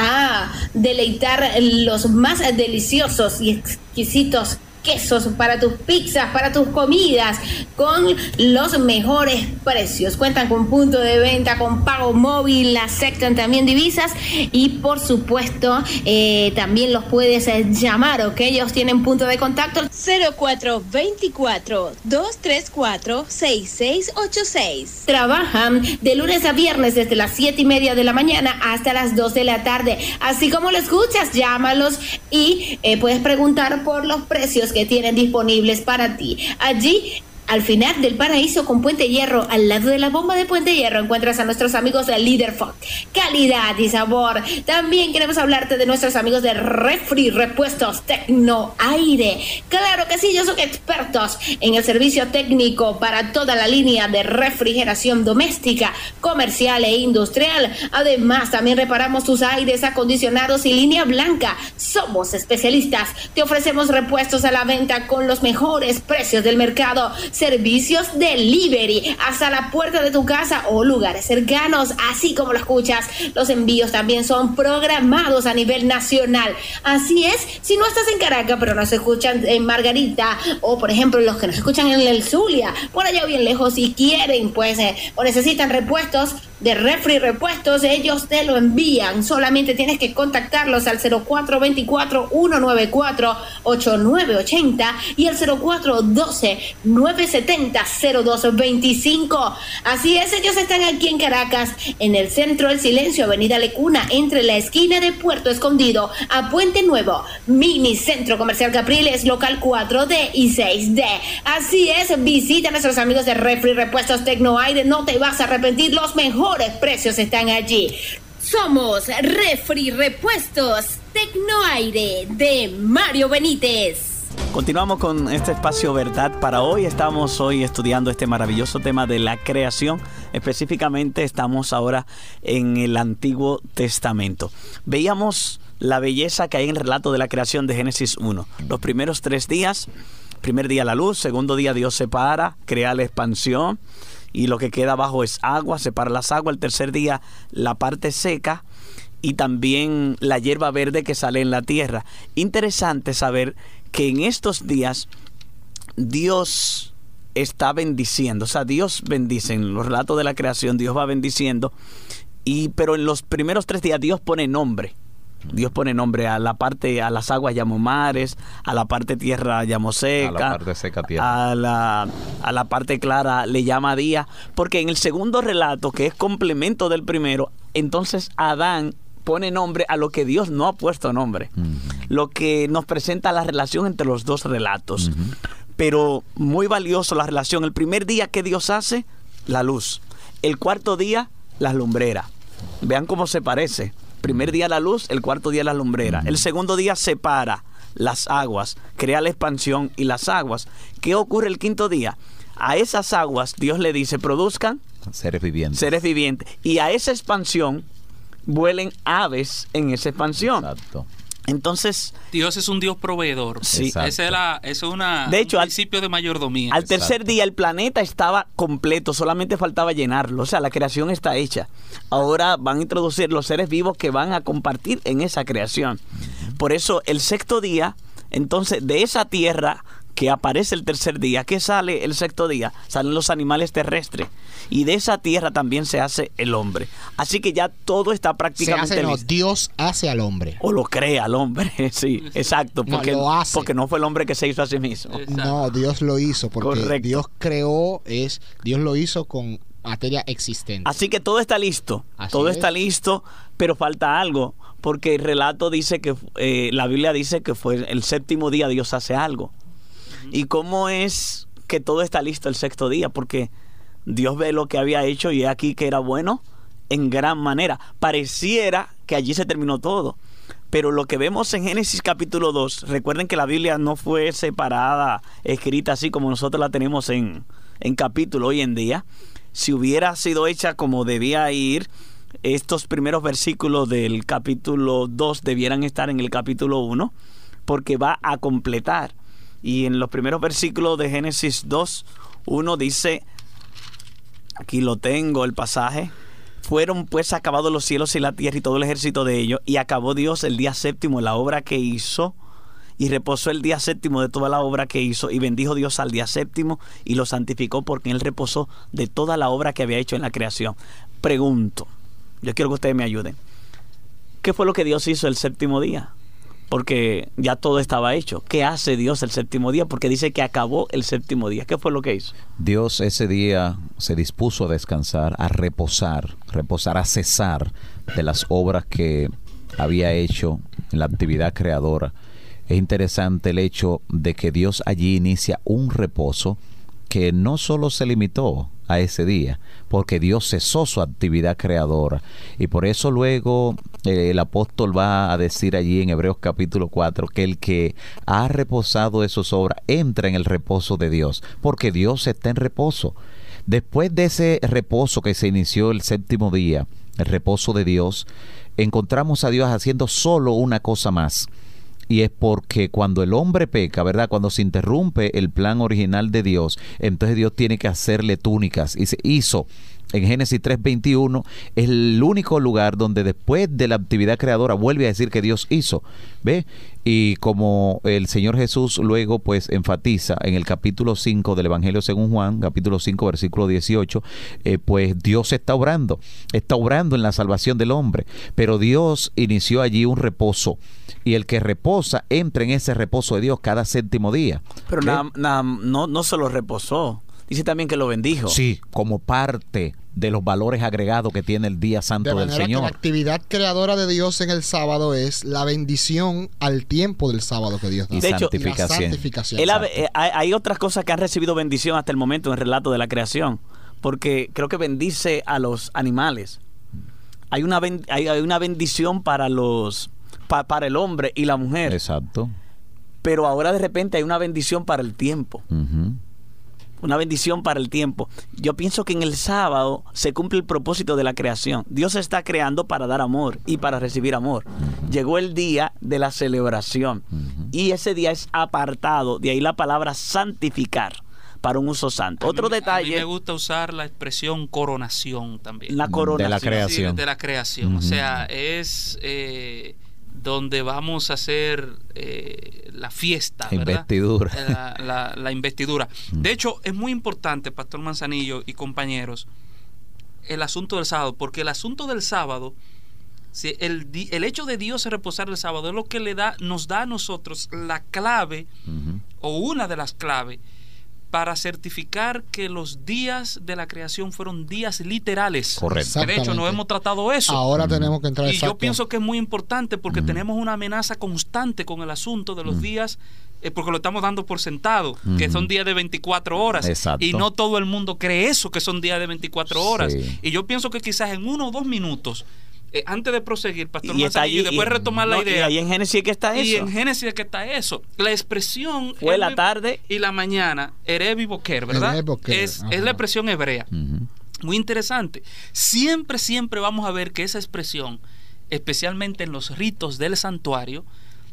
a deleitar los más deliciosos y exquisitos quesos para tus pizzas, para tus comidas, con los mejores precios. Cuentan con punto de venta, con pago móvil, aceptan también divisas y por supuesto eh, también los puedes eh, llamar, ¿ok? Ellos tienen punto de contacto cero cuatro veinticuatro, dos tres cuatro, seis seis ocho seis. Trabajan de lunes a viernes desde las siete y media de la mañana hasta las dos de la tarde. Así como lo escuchas, llámalos y eh, puedes preguntar por los precios que tienen disponibles para ti. Allí, al final del paraíso con Puente Hierro, al lado de la bomba de Puente Hierro, encuentras a nuestros amigos de Líder Fog. Calidad y sabor. También queremos hablarte de nuestros amigos de Refri Repuestos Tecno Aire. Claro que sí, ellos son expertos en el servicio técnico para toda la línea de refrigeración doméstica, comercial e industrial. Además, también reparamos tus aires acondicionados y línea blanca. Somos especialistas. Te ofrecemos repuestos a la venta con los mejores precios del mercado. Servicios delivery hasta la puerta de tu casa o lugares cercanos, así como lo escuchas. Los envíos también son programados a nivel nacional. Así es, si no estás en Caracas pero nos escuchan en Margarita, o por ejemplo los que nos escuchan en el Zulia, por allá bien lejos, y quieren pues eh, o necesitan repuestos de Refri Repuestos, ellos te lo envían. Solamente tienes que contactarlos al cero cuatro veinticuatro, ciento noventa y cuatro, ochenta y nueve ochenta y el cero cuatro doce, nueve setenta, cero dos veinticinco. Así es, ellos están aquí en Caracas, en el Centro del Silencio, Avenida Lecuna, entre la esquina de Puerto Escondido a Puente Nuevo, Mini Centro Comercial Capriles, local cuatro D y seis D. Así es, visita a nuestros amigos de Refri Repuestos Tecno Aire, no te vas a arrepentir, los mejores precios están allí. Somos Refri Repuestos Tecno Aire de Mario Benítez. Continuamos con este espacio Verdad para hoy. Estamos hoy estudiando este maravilloso tema de la creación. Específicamente estamos ahora en el Antiguo Testamento. Veíamos la belleza que hay en el relato de la creación de Génesis uno. Los primeros tres días, primer día la luz, segundo día Dios separa, crea la expansión y lo que queda abajo es agua, separa las aguas. El tercer día la parte seca y también la hierba verde que sale en la tierra. Interesante saber que en estos días Dios está bendiciendo, o sea, Dios bendice, en los relatos de la creación Dios va bendiciendo, y pero en los primeros tres días Dios pone nombre. Dios pone nombre a la parte, a las aguas llamó mares, a la parte tierra llamó seca, a la parte seca tierra, a la, a la parte clara le llama día, porque en el segundo relato, que es complemento del primero, entonces Adán pone nombre a lo que Dios no ha puesto nombre, uh-huh. Lo que nos presenta la relación entre los dos relatos, uh-huh. Pero muy valioso la relación. El primer día que Dios hace, la luz. El cuarto día, las lumbreras. Vean cómo se parece. Primer día la luz, el cuarto día la lumbrera. Uh-huh. El segundo día separa las aguas, crea la expansión y las aguas. ¿Qué ocurre el quinto día? A esas aguas Dios le dice, produzcan seres vivientes. Seres vivientes. Y a esa expansión vuelen aves en esa expansión. Exacto. Entonces, Dios es un Dios proveedor. Sí. Ese es, la, ese es una, De hecho, un al- principio de mayordomía. al tercer día el planeta estaba completo, solamente faltaba llenarlo. O sea, la creación está hecha. Ahora van a introducir los seres vivos que van a compartir en esa creación. Por eso el sexto día, entonces de esa tierra que aparece el tercer día, ¿qué sale el sexto día? Salen los animales terrestres. Y de esa tierra también se hace el hombre. Así que ya todo está Se prácticamente hace, no, listo. Dios hace al hombre. O lo crea al hombre, sí, exacto. No, Porque, lo hace. porque no fue el hombre que se hizo a sí mismo. No, Dios lo hizo porque Correcto. Dios creó, es Dios lo hizo con materia existente. Así que todo está listo, Así todo es. está listo, pero falta algo, porque el relato dice que, eh, la Biblia dice que fue el séptimo día Dios hace algo. ¿Y cómo es que todo está listo el sexto día? Porque Dios ve lo que había hecho y aquí que era bueno en gran manera. Pareciera que allí se terminó todo. Pero lo que vemos en Génesis capítulo dos, recuerden que la Biblia no fue separada, escrita así como nosotros la tenemos en, en capítulo hoy en día. Si hubiera sido hecha como debía ir, estos primeros versículos del capítulo dos debieran estar en el capítulo uno, porque va a completar. Y en los primeros versículos de Génesis dos, uno dice, aquí lo tengo el pasaje: fueron pues acabados los cielos y la tierra y todo el ejército de ellos, y acabó Dios el día séptimo la obra que hizo, y reposó el día séptimo de toda la obra que hizo, y bendijo Dios al día séptimo y lo santificó, porque él reposó de toda la obra que había hecho en la creación. Pregunto, yo quiero que ustedes me ayuden, ¿qué fue lo que Dios hizo el séptimo día? Porque ya todo estaba hecho. ¿Qué hace Dios el séptimo día? Porque dice que acabó el séptimo día. ¿Qué fue lo que hizo? Dios ese día se dispuso a descansar, a reposar, reposar, a cesar de las obras que había hecho en la actividad creadora. Es interesante el hecho de que Dios allí inicia un reposo que no solo se limitó a ese día, porque Dios cesó su actividad creadora. Y por eso luego eh, el apóstol va a decir allí en Hebreos capítulo cuatro que el que ha reposado de sus obras entra en el reposo de Dios, porque Dios está en reposo. Después de ese reposo que se inició el séptimo día, el reposo de Dios, encontramos a Dios haciendo solo una cosa más. Y es porque cuando el hombre peca, ¿verdad? Cuando se interrumpe el plan original de Dios, entonces Dios tiene que hacerle túnicas. Y se hizo en Génesis tres veintiuno, es el único lugar donde después de la actividad creadora vuelve a decir que Dios hizo. ¿Ve? Y como el Señor Jesús luego pues enfatiza en el capítulo cinco del Evangelio según Juan, capítulo cinco, versículo dieciocho, eh, pues Dios está obrando, está obrando en la salvación del hombre. Pero Dios inició allí un reposo. Y el que reposa entra en ese reposo de Dios cada séptimo día. Pero ¿Ve? na- na- no, no solo reposó, dice también que lo bendijo. Sí, como parte de los valores agregados que tiene el día santo De del manera que la Señor. actividad creadora de Dios en el sábado es la bendición al tiempo del sábado que Dios da. Y De hecho, santificación. La santificación. Él ha- Exacto. eh, hay, hay otras cosas que han recibido bendición hasta el momento en el relato de la creación, porque creo que bendice a los animales. Hay una, ben- hay, hay una bendición para los pa- para el hombre y la mujer, Exacto. pero ahora de repente hay una bendición para el tiempo. Ujú. Una bendición para el tiempo. Yo pienso que en el sábado se cumple el propósito de la creación. Dios está creando para dar amor y para recibir amor. Llegó el día de la celebración y ese día es apartado, de ahí la palabra santificar, para un uso santo. A Otro mí- detalle, A mí me gusta usar la expresión coronación también. la coronación. De la Sí, creación. de la creación. O Ujú. sea, es eh, donde vamos a hacer eh, la fiesta, ¿verdad? Investidura. La, la- la investidura. De hecho, es muy importante, Pastor Manzanillo y compañeros, el asunto del sábado, porque el asunto del sábado, si el, di- el hecho de Dios reposar el sábado es lo que le da, nos da a nosotros la clave Ujú. o una de las claves para certificar que los días de la creación fueron días literales. Correcto. Que de hecho no Exactamente. hemos tratado eso. Ahora tenemos que entrar Y exacto. yo pienso que es muy importante porque Ujú. tenemos una amenaza constante con el asunto de los Ujú. días, eh, porque lo estamos dando por sentado, que Ujú. son días de veinticuatro horas. Exacto. Y no todo el mundo cree eso, que son días de veinticuatro horas. Sí. Y yo pienso que quizás en uno o dos minutos, eh, antes de proseguir, Pastor Y está Manzanillo, y allí, después y- retomar la no, idea. Y ahí en Génesis es que está Y eso. en Génesis es que está eso. La expresión Fue es la de- tarde. y la mañana, Ereb y Boker, ¿verdad? Ereb, Boker, es, ajá. es la expresión hebrea. Ujú. Muy interesante. Siempre, siempre vamos a ver que esa expresión, especialmente en los ritos del santuario,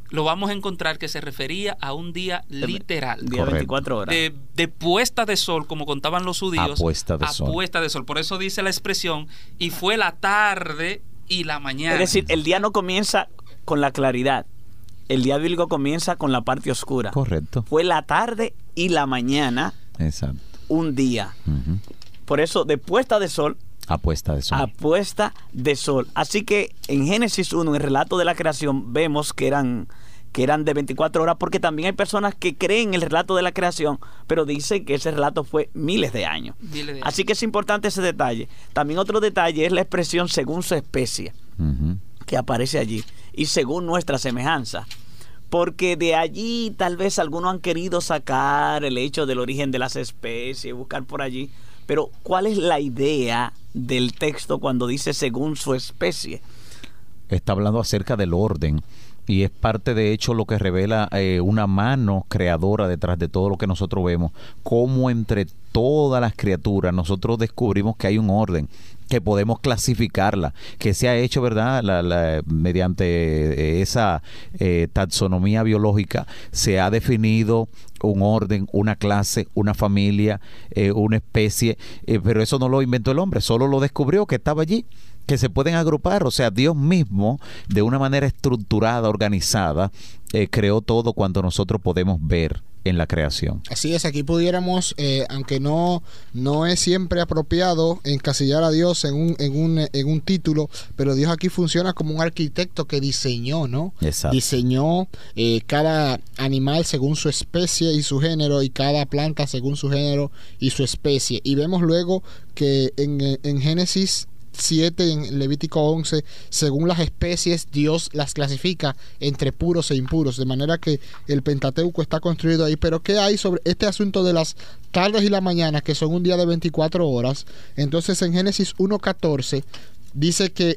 lo vamos a encontrar que se refería a un día literal. Día veinticuatro horas. De, de puesta de sol, como contaban los judíos. A puesta de a sol. puesta de sol. Por eso dice la expresión, y fue la tarde y la mañana. Es decir, el día no comienza con la claridad. El día bíblico comienza con la parte oscura. Correcto. Fue la tarde y la mañana. Exacto. Un día. Uh-huh. Por eso, de puesta de sol. A puesta de sol. A puesta de sol. Así que en Génesis uno, en el relato de la creación, vemos que eran, que eran de veinticuatro horas, porque también hay personas que creen el relato de la creación, pero dicen que ese relato fue miles de años. Miles de años. Así que es importante ese detalle. También otro detalle es la expresión según su especie, Uh-huh. que aparece allí, y según nuestra semejanza. Porque de allí tal vez algunos han querido sacar el hecho del origen de las especies, buscar por allí. Pero ¿cuál es la idea del texto cuando dice según su especie? Está hablando acerca del orden. Y es parte de hecho lo que revela eh, una mano creadora detrás de todo lo que nosotros vemos. Cómo entre todas las criaturas nosotros descubrimos que hay un orden, que podemos clasificarla, que se ha hecho, ¿verdad? La, la, mediante eh, esa eh, taxonomía biológica se ha definido un orden, una clase, una familia, eh, una especie, eh, pero eso no lo inventó el hombre, solo lo descubrió que estaba allí, que se pueden agrupar. O sea, Dios mismo, de una manera estructurada, organizada, eh, creó todo cuanto nosotros podemos ver en la creación. Así es, aquí pudiéramos, eh, aunque no, no es siempre apropiado encasillar a Dios en un, en un, en un título, pero Dios aquí funciona como un arquitecto que diseñó, ¿no? Exacto. Diseñó eh, cada animal según su especie y su género, y cada planta según su género y su especie. Y vemos luego que en, en Génesis siete, en Levítico once, según las especies Dios las clasifica entre puros e impuros, de manera que el Pentateuco está construido ahí. Pero ¿qué hay sobre este asunto de las tardes y las mañanas, que son un día de veinticuatro horas? Entonces en Génesis uno catorce dice que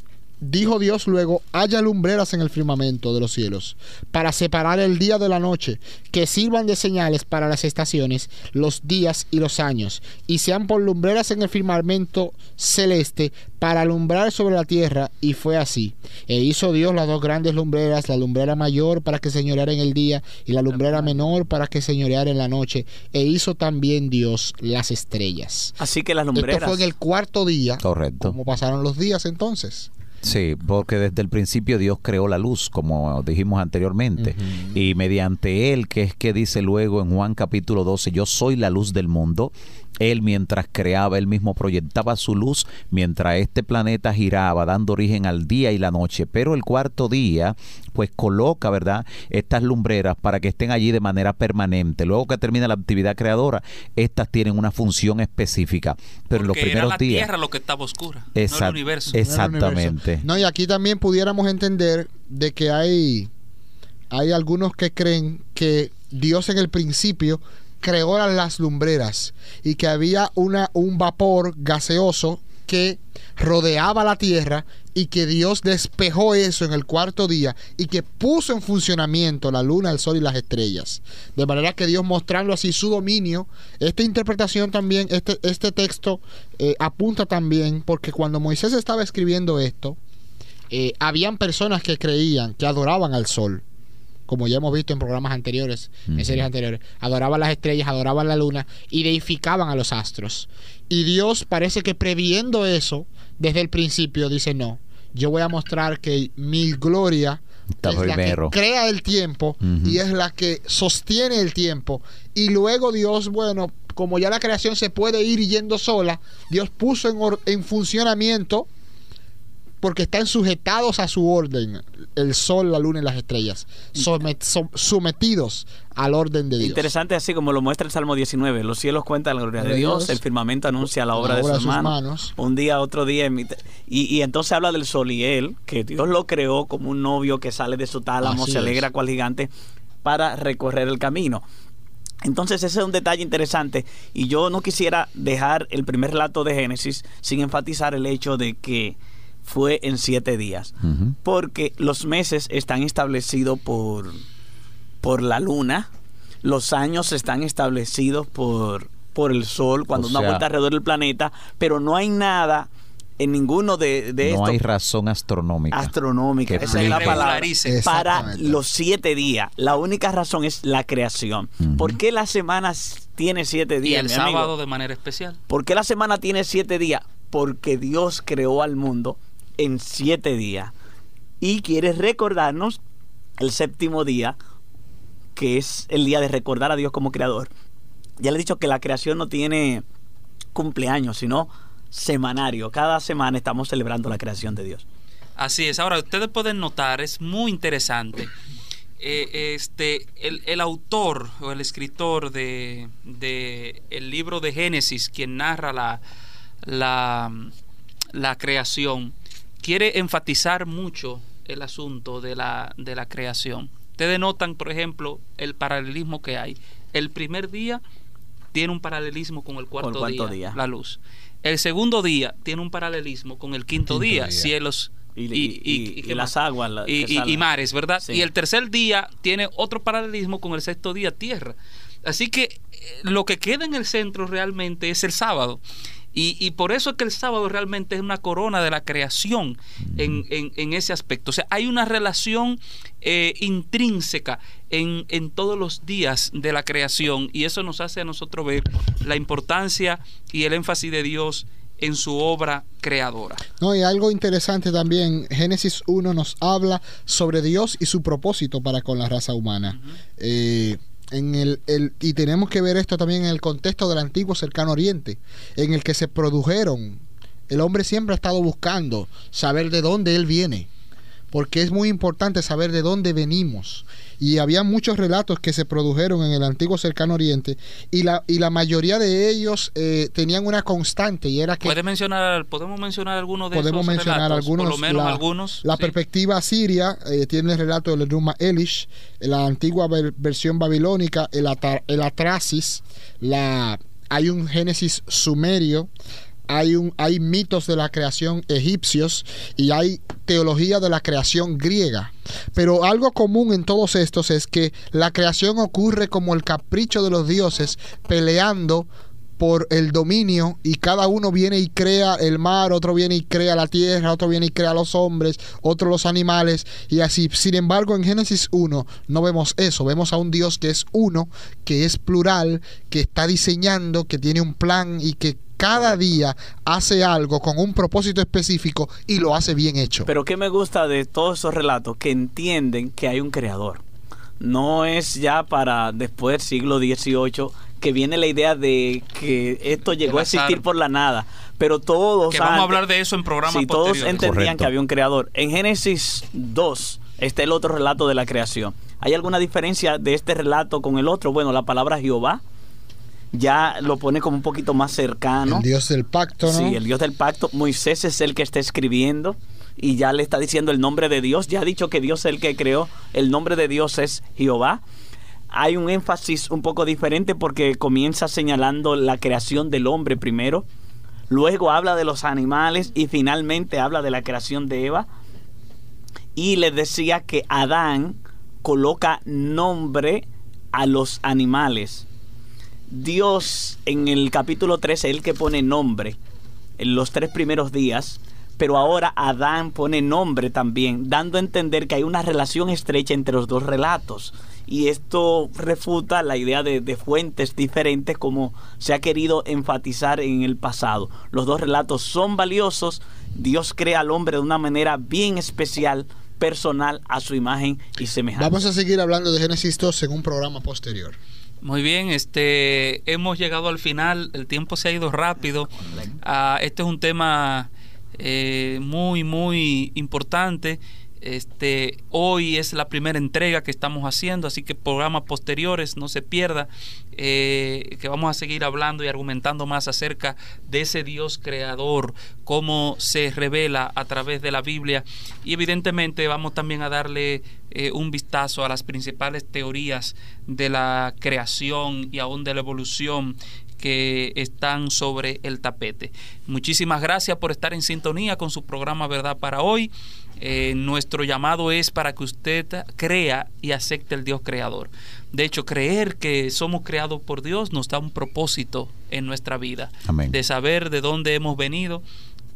dijo Dios luego: haya lumbreras en el firmamento de los cielos, para separar el día de la noche, que sirvan de señales para las estaciones, los días y los años, y sean por lumbreras en el firmamento celeste, para alumbrar sobre la tierra. Y fue así. E hizo Dios las dos grandes lumbreras, la lumbrera mayor para que señoreara en el día, y la lumbrera menor para que señoreara en la noche. E hizo también Dios las estrellas. Así que las lumbreras. Esto fue en el cuarto día. Correcto. ¿Cómo pasaron los días entonces? Sí, porque desde el principio Dios creó la luz, como dijimos anteriormente, uh-huh. y mediante Él, que es que dice luego en Juan capítulo doce, yo soy la luz del mundo. Él, mientras creaba, Él mismo proyectaba su luz mientras este planeta giraba, dando origen al día y la noche. Pero el cuarto día, pues coloca, ¿verdad?, estas lumbreras para que estén allí de manera permanente. Luego que termina la actividad creadora, estas tienen una función específica. Pero en los primeros era la días, tierra lo que estaba oscura, exact- no el universo. Exactamente. No, y aquí también pudiéramos entender de que hay, hay algunos que creen que Dios en el principio creó las lumbreras y que había una, un vapor gaseoso que rodeaba la tierra, y que Dios despejó eso en el cuarto día y que puso en funcionamiento la luna, el sol y las estrellas, de manera que Dios, mostrando así su dominio. Esta interpretación también, este, este texto eh, apunta también, porque cuando Moisés estaba escribiendo esto, eh, habían personas que creían, que adoraban al sol, como ya hemos visto en programas anteriores, uh-huh. en series anteriores. Adoraban las estrellas, adoraban la luna y deificaban a los astros. Y Dios parece que, previendo eso desde el principio, dice: no, yo voy a mostrar que mi gloria Está es primero. la que crea el tiempo, uh-huh. y es la que sostiene el tiempo. Y luego Dios, bueno, como ya la creación se puede ir yendo sola, Dios puso en, or- en funcionamiento, porque están sujetados a su orden, el sol, la luna y las estrellas, somet, sometidos al orden de Dios. Interesante, así como lo muestra el Salmo diecinueve, los cielos cuentan la gloria de Dios, Dios, el firmamento anuncia la obra, la obra de, sus de sus manos, manos. Un día, otro día, y, y entonces habla del sol y él, que Dios lo creó como un novio que sale de su tálamo, así se alegra es. cual gigante, para recorrer el camino. Entonces ese es un detalle interesante, y yo no quisiera dejar el primer relato de Génesis sin enfatizar el hecho de que fue en siete días, uh-huh. porque los meses están establecidos por, por la luna, los años están establecidos por, por el sol, cuando o da una sea... vuelta alrededor del planeta, pero no hay nada en ninguno de, de No estos. hay razón astronómica. Astronómica, que esa es la explique. palabra. Para Exactamente. los siete días. La única razón es la creación. Ujú. ¿Por qué la semana tiene siete Y días, el mi amigo? sábado de manera especial. ¿Por qué la semana tiene siete días? Porque Dios creó al mundo en siete días. Y quiere recordarnos el séptimo día, que es el día de recordar a Dios como creador. Ya le he dicho que la creación no tiene cumpleaños, sino semanario. Cada semana estamos celebrando la creación de Dios. Así es. Ahora, ustedes pueden notar, es muy interesante. Eh, este, el, el autor o el escritor de, de el libro de Génesis, quien narra la, la, la creación, quiere enfatizar mucho el asunto de la, de la creación. Ustedes notan, por ejemplo, el paralelismo que hay. El primer día tiene un paralelismo con el cuarto, Con el cuarto día, día. la luz. El segundo día tiene un paralelismo con el quinto, Quinto día, día. cielos Y, y, y- y- y- y y qué las más? aguas. la- y, que y- salen. y mares, ¿verdad? Sí. Y el tercer día tiene otro paralelismo con el sexto día, tierra. Así que eh, lo que queda en el centro realmente es el sábado. Y, y por eso es que el sábado realmente es una corona de la creación en, en, en ese aspecto. O sea, hay una relación eh, intrínseca en, en todos los días de la creación, y eso nos hace a nosotros ver la importancia y el énfasis de Dios en su obra creadora. No, y algo interesante también, Génesis uno nos habla sobre Dios y su propósito para con la raza humana. Eh, en el, el, y tenemos que ver esto también en el contexto del antiguo cercano oriente, en el que se produjeron. El hombre siempre ha estado buscando saber de dónde él viene, porque es muy importante saber de dónde venimos. Y había muchos relatos que se produjeron en el antiguo cercano oriente, y la, y la mayoría de ellos eh, tenían una constante, y era que ¿Puede mencionar, ¿Podemos mencionar algunos de podemos esos mencionar relatos? algunos. Por lo menos la, algunos. La sí. perspectiva asiria eh, tiene el relato del Enuma Elish, la antigua ver- versión babilónica, el, ata- el Atrasis, la, hay un Génesis sumerio, hay, un, hay mitos de la creación egipcios y hay teología de la creación griega. Pero algo común en todos estos es que la creación ocurre como el capricho de los dioses peleando por el dominio, y cada uno viene y crea el mar, otro viene y crea la tierra, otro viene y crea los hombres, otro los animales, y así. Sin embargo, en Génesis uno no vemos eso, vemos a un Dios que es uno, que es plural, que está diseñando, que tiene un plan y que cada día hace algo con un propósito específico y lo hace bien hecho. Pero ¿qué me gusta de todos esos relatos? Que entienden que hay un creador. No es ya para después del siglo dieciocho que viene la idea de que esto llegó a existir por la nada. Pero todos... Que vamos antes- a hablar de eso en programas Sí, todos posteriores. entendían Correcto. que había un creador. En Génesis dos está el otro relato de la creación. ¿Hay alguna diferencia de este relato con el otro? Bueno, la palabra Jehová ya lo pone como un poquito más cercano. El Dios del pacto, ¿no? Sí, el Dios del pacto. Moisés es el que está escribiendo y ya le está diciendo el nombre de Dios. Ya ha dicho que Dios es el que creó. El nombre de Dios es Jehová. Hay un énfasis un poco diferente porque comienza señalando la creación del hombre primero. Luego habla de los animales y finalmente habla de la creación de Eva. Y les decía que Adán coloca nombre a los animales. Dios en el capítulo trece es el que pone nombre en los tres primeros días, pero ahora Adán pone nombre también, dando a entender que hay una relación estrecha entre los dos relatos. Y esto refuta la idea de, de fuentes diferentes como se ha querido enfatizar en el pasado. Los dos relatos son valiosos. Dios crea al hombre de una manera bien especial, personal, a su imagen y semejanza. Vamos a seguir hablando de Génesis dos en un programa posterior. Muy bien, este hemos llegado al final, el tiempo se ha ido rápido. Ah, este es un tema eh, muy, muy importante. Este, hoy es la primera entrega que estamos haciendo, así que programas posteriores no se pierda, eh, que vamos a seguir hablando y argumentando más acerca de ese Dios creador, cómo se revela a través de la Biblia, y evidentemente vamos también a darle eh, un vistazo a las principales teorías de la creación y aún de la evolución que están sobre el tapete. Muchísimas gracias por estar en sintonía con su programa Verdad para Hoy. Eh, nuestro llamado es para que usted crea y acepte el Dios creador. De hecho, creer que somos creados por Dios nos da un propósito en nuestra vida. Amén. De saber de dónde hemos venido,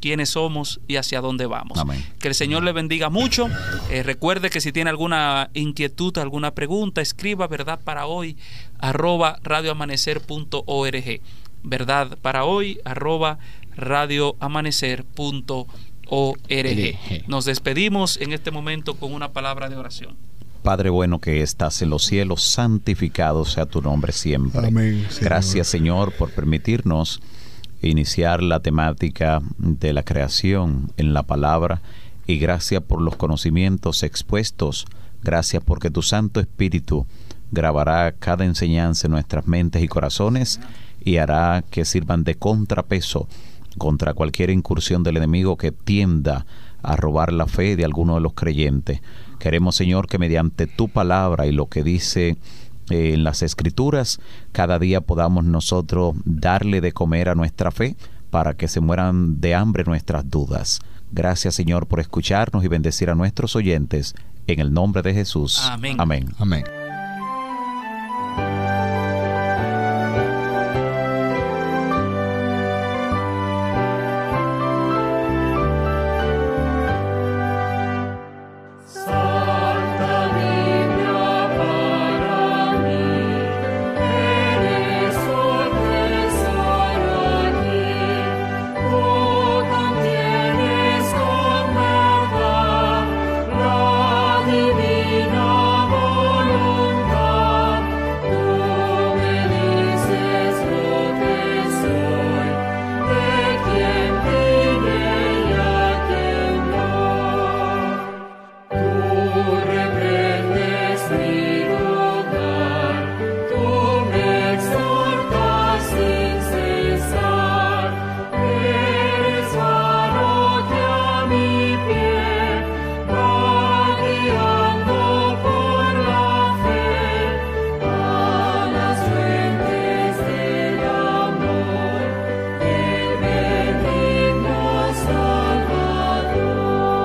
quiénes somos y hacia dónde vamos. Amén. Que el Señor le bendiga mucho. Eh, recuerde que si tiene alguna inquietud, alguna pregunta, escriba verdad para hoy arroba radioamanecer punto org. Verdad para hoy arroba radioamanecer punto org. Nos despedimos en este momento con una palabra de oración. Padre bueno que estás en los cielos, santificado sea tu nombre siempre. Amén, Señor. Gracias, Señor, por permitirnos iniciar la temática de la creación en la palabra, y gracias por los conocimientos expuestos. Gracias porque tu Santo Espíritu grabará cada enseñanza en nuestras mentes y corazones y hará que sirvan de contrapeso contra cualquier incursión del enemigo que tienda a robar la fe de alguno de los creyentes. Queremos, Señor, que mediante tu palabra y lo que dice eh, en las Escrituras, cada día podamos nosotros darle de comer a nuestra fe para que se mueran de hambre nuestras dudas. Gracias, Señor, por escucharnos y bendecir a nuestros oyentes. En el nombre de Jesús. Amén. Amén. Amén. Santa Biblia para mí, eres sorpresor aquí. Tú contienes con verdad la divina voluntad. Tú me dices lo que soy, de quien vine y a quien voy. Tú reprendes mi lugar, tú me exhortas sin cesar. Eres faro que a mi pie va guiando por la fe a las fuentes del amor del benigno Salvador.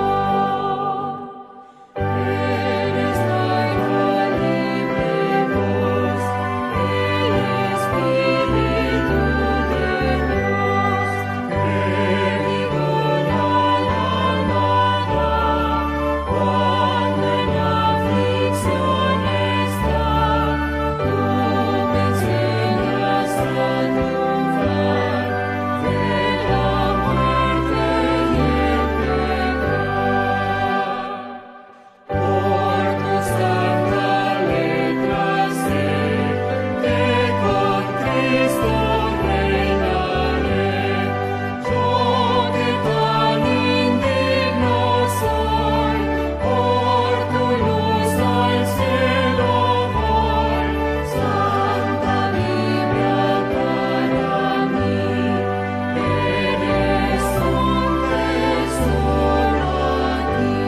Eres la infalible voz, el Espíritu de Dios, que vigor al alma da, cuando en aflicción está. Tú me enseñas a triunfar de la muerte y el pecado. Por tu santa letra sé que con Cristo reinaré. Yo que tan indigno soy, por tu luz al cielo voy. Santa Biblia para mí, eres un tesoro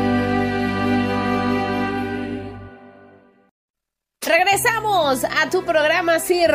aquí. Regresamos a tu programa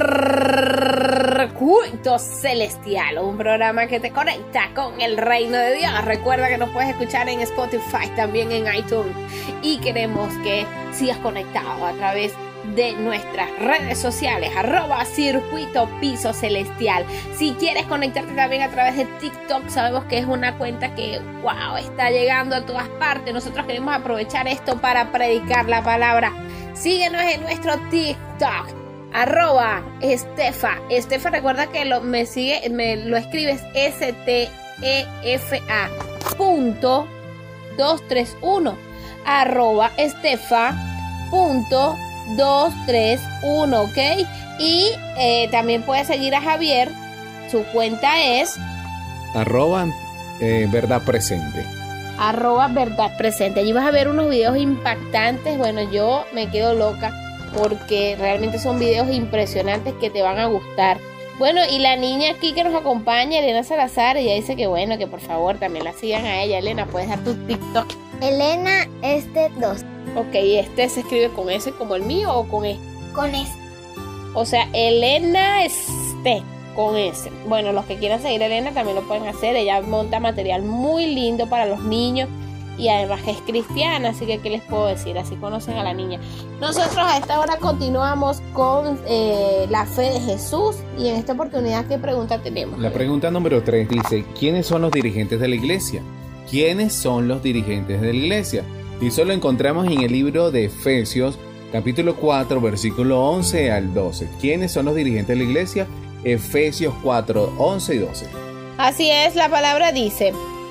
Circuito Celestial, un programa que te conecta con el reino de Dios. Recuerda que nos puedes escuchar en Spotify, también en iTunes, y queremos que sigas conectado a través de nuestras redes sociales, arroba Circuito Piso Celestial. Si quieres conectarte también a través de TikTok, sabemos que es una cuenta que, wow, está llegando a todas partes. Nosotros queremos aprovechar esto para predicar la palabra. Síguenos en nuestro TikTok, arroba Estefa. Estefa, recuerda que lo, me sigue, me lo escribes S T E F A punto dos tres uno, arroba Estefa punto dos tres uno, ¿ok? Y eh, también puedes seguir a Javier. Su cuenta es Arroba eh, verdad presente. arroba verdad presente. Allí vas a ver unos videos impactantes. Bueno, yo me quedo loca porque realmente son videos impresionantes que te van a gustar. Bueno, y la niña aquí que nos acompaña, Elena Salazar, ella dice que bueno, que por favor también la sigan a ella. Elena, ¿puedes dar tu TikTok? Elena este dos. Ok, ¿este se escribe con S como el mío o con E? Con S. O sea, Elena este con S. Bueno, los que quieran seguir a Elena también lo pueden hacer. Ella monta material muy lindo para los niños y además que es cristiana, así que ¿qué les puedo decir? Así conocen a la niña. Nosotros a esta hora continuamos con eh, la fe de Jesús, y en esta oportunidad, ¿qué pregunta tenemos? La pregunta número tres dice, ¿quiénes son los dirigentes de la iglesia? ¿Quiénes son los dirigentes de la iglesia? Y eso lo encontramos en el libro de Efesios, capítulo cuatro, versículo once al doce. ¿Quiénes son los dirigentes de la iglesia? Efesios cuatro, once y doce. Así es, la palabra dice: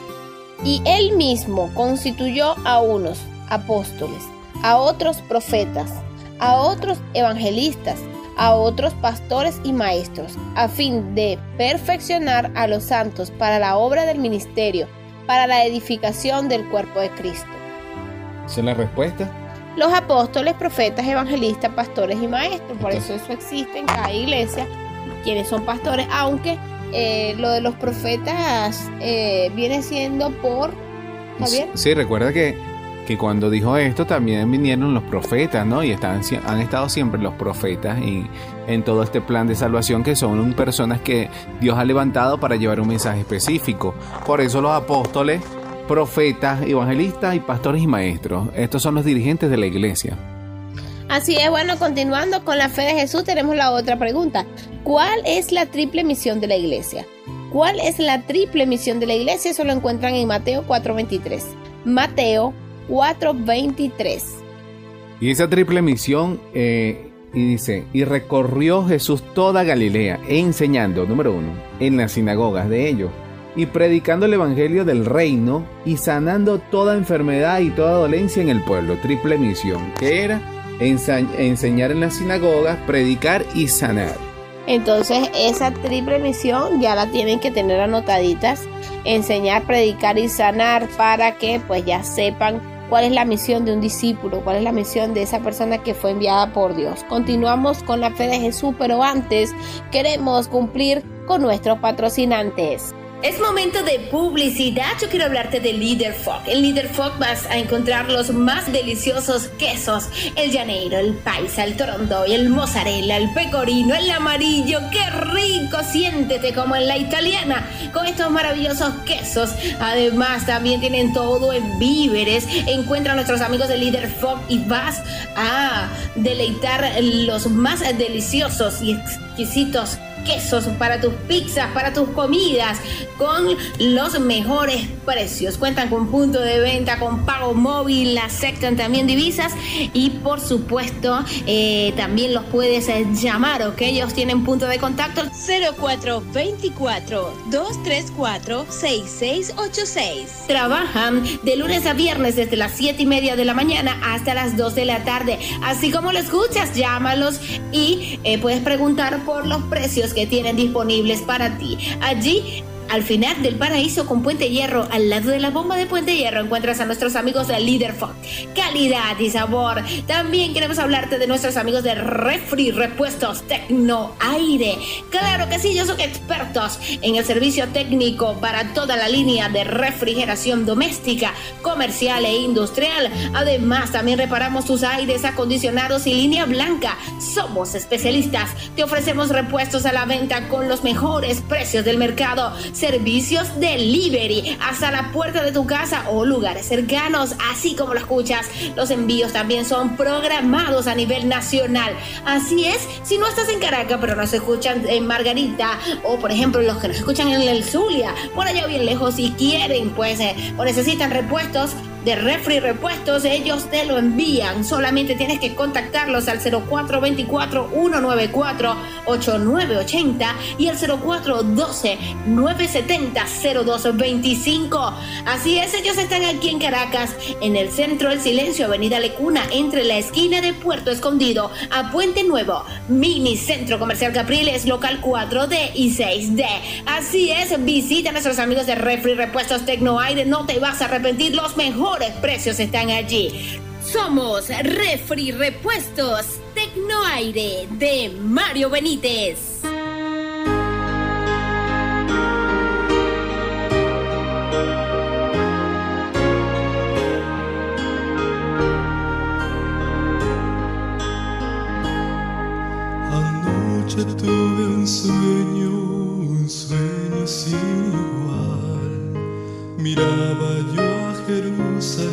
y él mismo constituyó a unos apóstoles, a otros profetas, a otros evangelistas, a otros pastores y maestros, a fin de perfeccionar a los santos para la obra del ministerio, para la edificación del cuerpo de Cristo. ¿Esa es la respuesta? Los apóstoles, profetas, evangelistas, pastores y maestros. Por eso eso existe en cada iglesia, quienes son pastores, aunque eh, lo de los profetas eh, viene siendo por... ¿Está bien? Sí, recuerda que, que cuando dijo esto también vinieron los profetas, ¿no? Y están, han estado siempre los profetas y, en todo este plan de salvación, que son personas que Dios ha levantado para llevar un mensaje específico. Por eso los apóstoles, profetas, evangelistas y pastores y maestros, estos son los dirigentes de la iglesia. Así es. Bueno, continuando con la fe de Jesús, tenemos la otra pregunta. ¿Cuál es la triple misión de la iglesia? ¿Cuál es la triple misión de la iglesia? Eso lo encuentran en Mateo cuatro veintitrés. Mateo cuatro veintitrés. Y esa triple misión, eh, y dice, y recorrió Jesús toda Galilea, enseñando, número uno, en las sinagogas de ellos, y predicando el evangelio del reino, y sanando toda enfermedad y toda dolencia en el pueblo. Triple misión, que era Ensa- enseñar en las sinagogas, predicar y sanar. Entonces esa triple misión ya la tienen que tener anotaditas: enseñar, predicar y sanar, para que pues ya sepan cuál es la misión de un discípulo, cuál es la misión de esa persona que fue enviada por Dios. Continuamos con la fe de Jesús, pero antes queremos cumplir con nuestros patrocinantes. Es momento de publicidad. Yo quiero hablarte de Líder Fog. En Líder Fog vas a encontrar los más deliciosos quesos: el llanero, el paisa, el torondoy, el mozzarella, el pecorino, el amarillo. ¡Qué rico! Siéntete como en la italiana con estos maravillosos quesos. Además, también tienen todo en víveres. Encuentra a nuestros amigos de Líder Fog y vas a deleitar los más deliciosos y exquisitos quesos para tus pizzas, para tus comidas, con los mejores precios. Cuentan con punto de venta, con pago móvil, aceptan también divisas y por supuesto eh, también los puedes eh, llamar, ¿ok? Ellos tienen punto de contacto cero cuatro veinticuatro, dos tres cuatro, seis seis ocho seis. Trabajan de lunes a viernes desde las siete y media de la mañana hasta las dos de la tarde. Así como lo escuchas, llámalos y eh, puedes preguntar por los precios que tienen disponibles para ti. Allí, al final del paraíso con Puente Hierro, al lado de la bomba de Puente Hierro, encuentras a nuestros amigos de Líder Fog. Calidad y sabor. También queremos hablarte de nuestros amigos de Refri Repuestos Tecno Aire. Claro que sí, ellos son expertos en el servicio técnico para toda la línea de refrigeración doméstica, comercial e industrial. Además, también reparamos tus aires acondicionados y línea blanca. Somos especialistas. Te ofrecemos repuestos a la venta con los mejores precios del mercado. Servicios delivery hasta la puerta de tu casa o lugares cercanos, así como lo escuchas. Los envíos también son programados a nivel nacional. Así es, si no estás en Caracas pero nos escuchan en Margarita, o por ejemplo los que nos escuchan en el Zulia, por allá bien lejos, y quieren pues eh, o necesitan repuestos de Refri Repuestos, ellos te lo envían. Solamente tienes que contactarlos al cero cuatro veinticuatro, ciento noventa y cuatro, ochenta y nueve ochenta y el cero cuatro doce, novecientos setenta, cero dos veinticinco. Así es, ellos están aquí en Caracas, en el Centro del Silencio, Avenida Lecuna, entre la esquina de Puerto Escondido a Puente Nuevo. Mini Centro Comercial Capriles, local cuatro D y seis D. Así es, visita a nuestros amigos de Refri Repuestos Tecno Aire, no te vas a arrepentir, los mejores precios están allí. Somos Refri Repuestos Tecno Aire de Mario Benítez. Anoche tuve un sueño, un sueño sin igual. Miraba yo a Jerusalén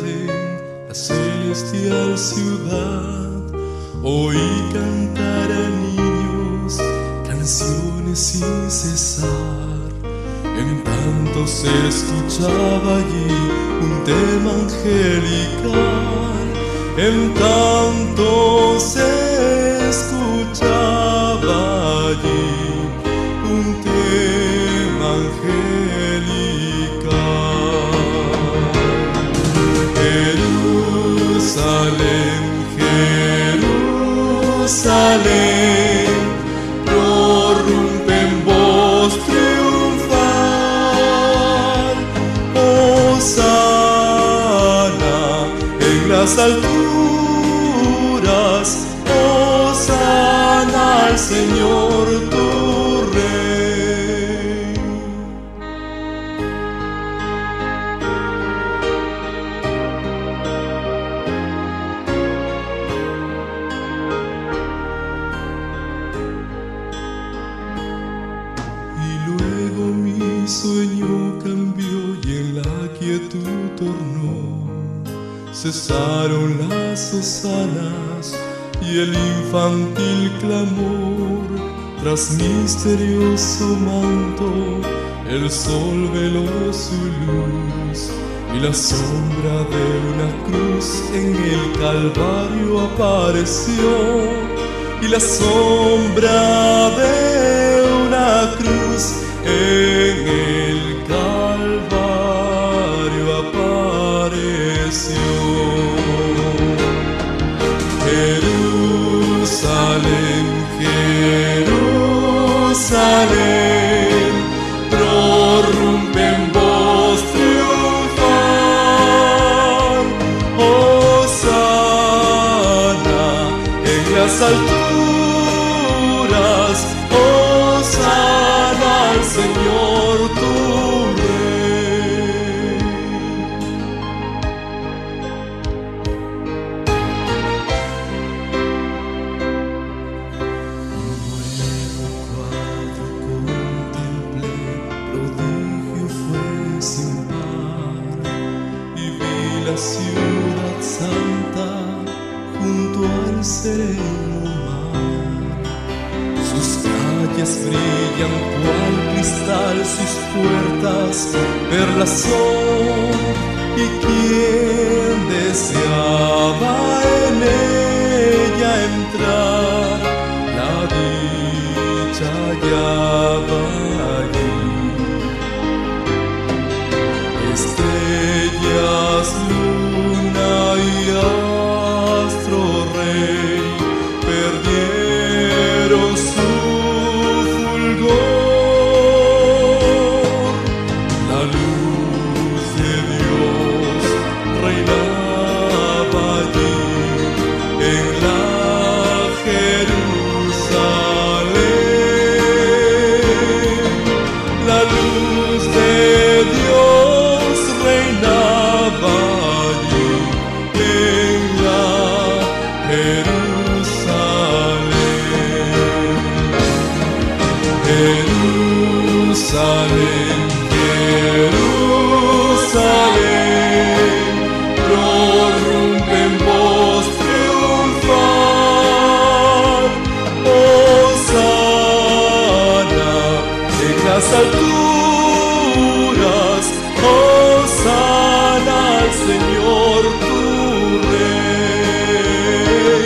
celestial ciudad, oí cantar a niños canciones sin cesar. En tanto se escuchaba allí un tema angelical, en tanto se escuchaba allí un tema angelical. Jerusalén, Jerusalén, prorrumpe en voz triunfal, Hosana en las alturas, Hosana al Señor tu Rey. Y luego mi sueño cambió y en la quietud tornó. Cesaron las hosanas y el infantil clamor. Tras misterioso manto el sol veló su luz y la sombra de una cruz en el Calvario apareció. Y la sombra de una cruz en el Calvario apareció. Jerusalén, Jerusalén, prorrumpe en voz triunfal, Hosana en las alturas, Hosana al Señor tu Rey. Prodigio fue sin par y vi la ciudad santa junto al sereno mar. Sus calles brillan cual cristal, sus puertas perlas son, y quien deseaba en ella entrar, la dicha hallaba allí. Estrellas, luna y astro rey perdieron su fulgor. La luz de Dios reinaba allí en la Jerusalén. La luz de Dios reinaba allí en la Jerusalén. Jerusalén, Jerusalén, prorrumpe en voz triunfal, Hosana en las alturas, Hosana al Señor tu Rey.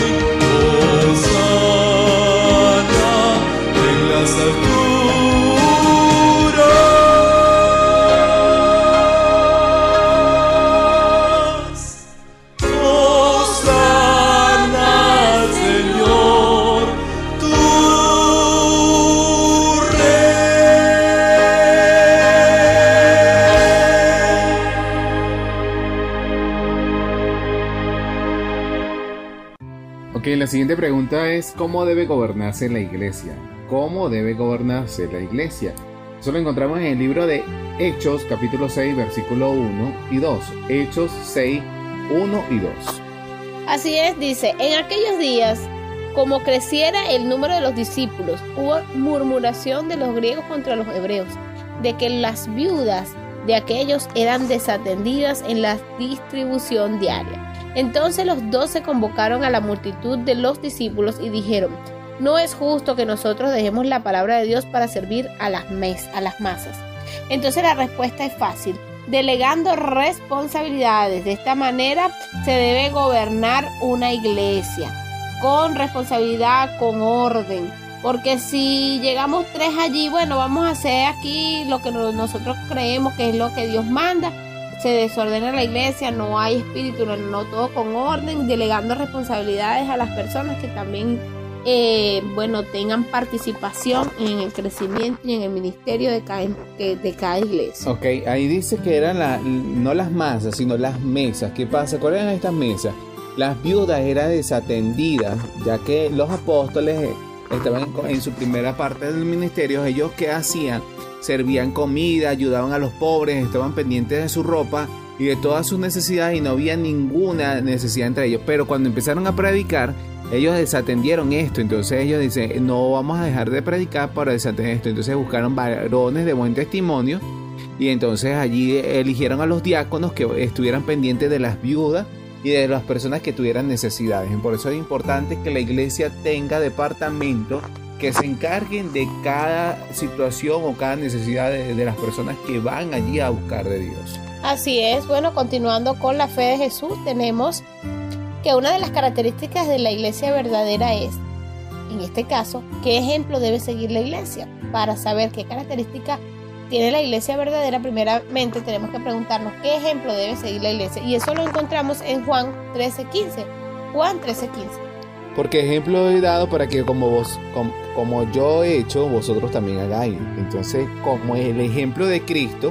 Hosana en las alturas, Hosana al Señor tu Ok, la siguiente pregunta es: ¿cómo debe gobernarse la iglesia? ¿Cómo debe gobernarse la iglesia? Eso lo encontramos en el libro de Hechos, capítulo seis, versículo uno y dos. Hechos seis, uno y dos. Así es, dice, en aquellos días, como creciera el número de los discípulos, hubo murmuración de los griegos contra los hebreos, de que las viudas de aquellos eran desatendidas en la distribución diaria. Entonces los doce convocaron a la multitud de los discípulos y dijeron: no es justo que nosotros dejemos la palabra de Dios para servir a las, mes, a las masas. Entonces la respuesta es fácil: delegando responsabilidades. De esta manera se debe gobernar una iglesia, con responsabilidad, con orden. Porque si llegamos tres allí, bueno, vamos a hacer aquí lo que nosotros creemos que es lo que Dios manda, se desordena la iglesia, no hay espíritu, no, no todo con orden, delegando responsabilidades a las personas que también eh, bueno, tengan participación en el crecimiento y en el ministerio de cada, de, de cada iglesia. Ok, ahí dice que eran la, no las masas, sino las mesas. ¿Qué pasa? ¿Cuáles eran estas mesas? Las viudas eran desatendidas, ya que los apóstoles estaban en, en su primera parte del ministerio. Ellos, ¿qué hacían? Servían comida, ayudaban a los pobres, estaban pendientes de su ropa y de todas sus necesidades, y no había ninguna necesidad entre ellos. Pero cuando empezaron a predicar, ellos desatendieron esto. Entonces ellos dicen: no vamos a dejar de predicar para desatender esto. Entonces buscaron varones de buen testimonio, y entonces allí eligieron a los diáconos que estuvieran pendientes de las viudas y de las personas que tuvieran necesidades. Por eso es importante que la iglesia tenga departamentos que se encarguen de cada situación o cada necesidad de, de las personas que van allí a buscar de Dios. Así es. Bueno, continuando con la fe de Jesús, tenemos que una de las características de la iglesia verdadera es, en este caso, qué ejemplo debe seguir la iglesia. Para saber qué característica tiene la iglesia verdadera, primeramente tenemos que preguntarnos qué ejemplo debe seguir la iglesia, y eso lo encontramos en Juan trece quince. Juan trece quince. Porque ejemplo he dado para que como vos, como, como yo he hecho, vosotros también hagáis. Entonces, como el ejemplo de Cristo,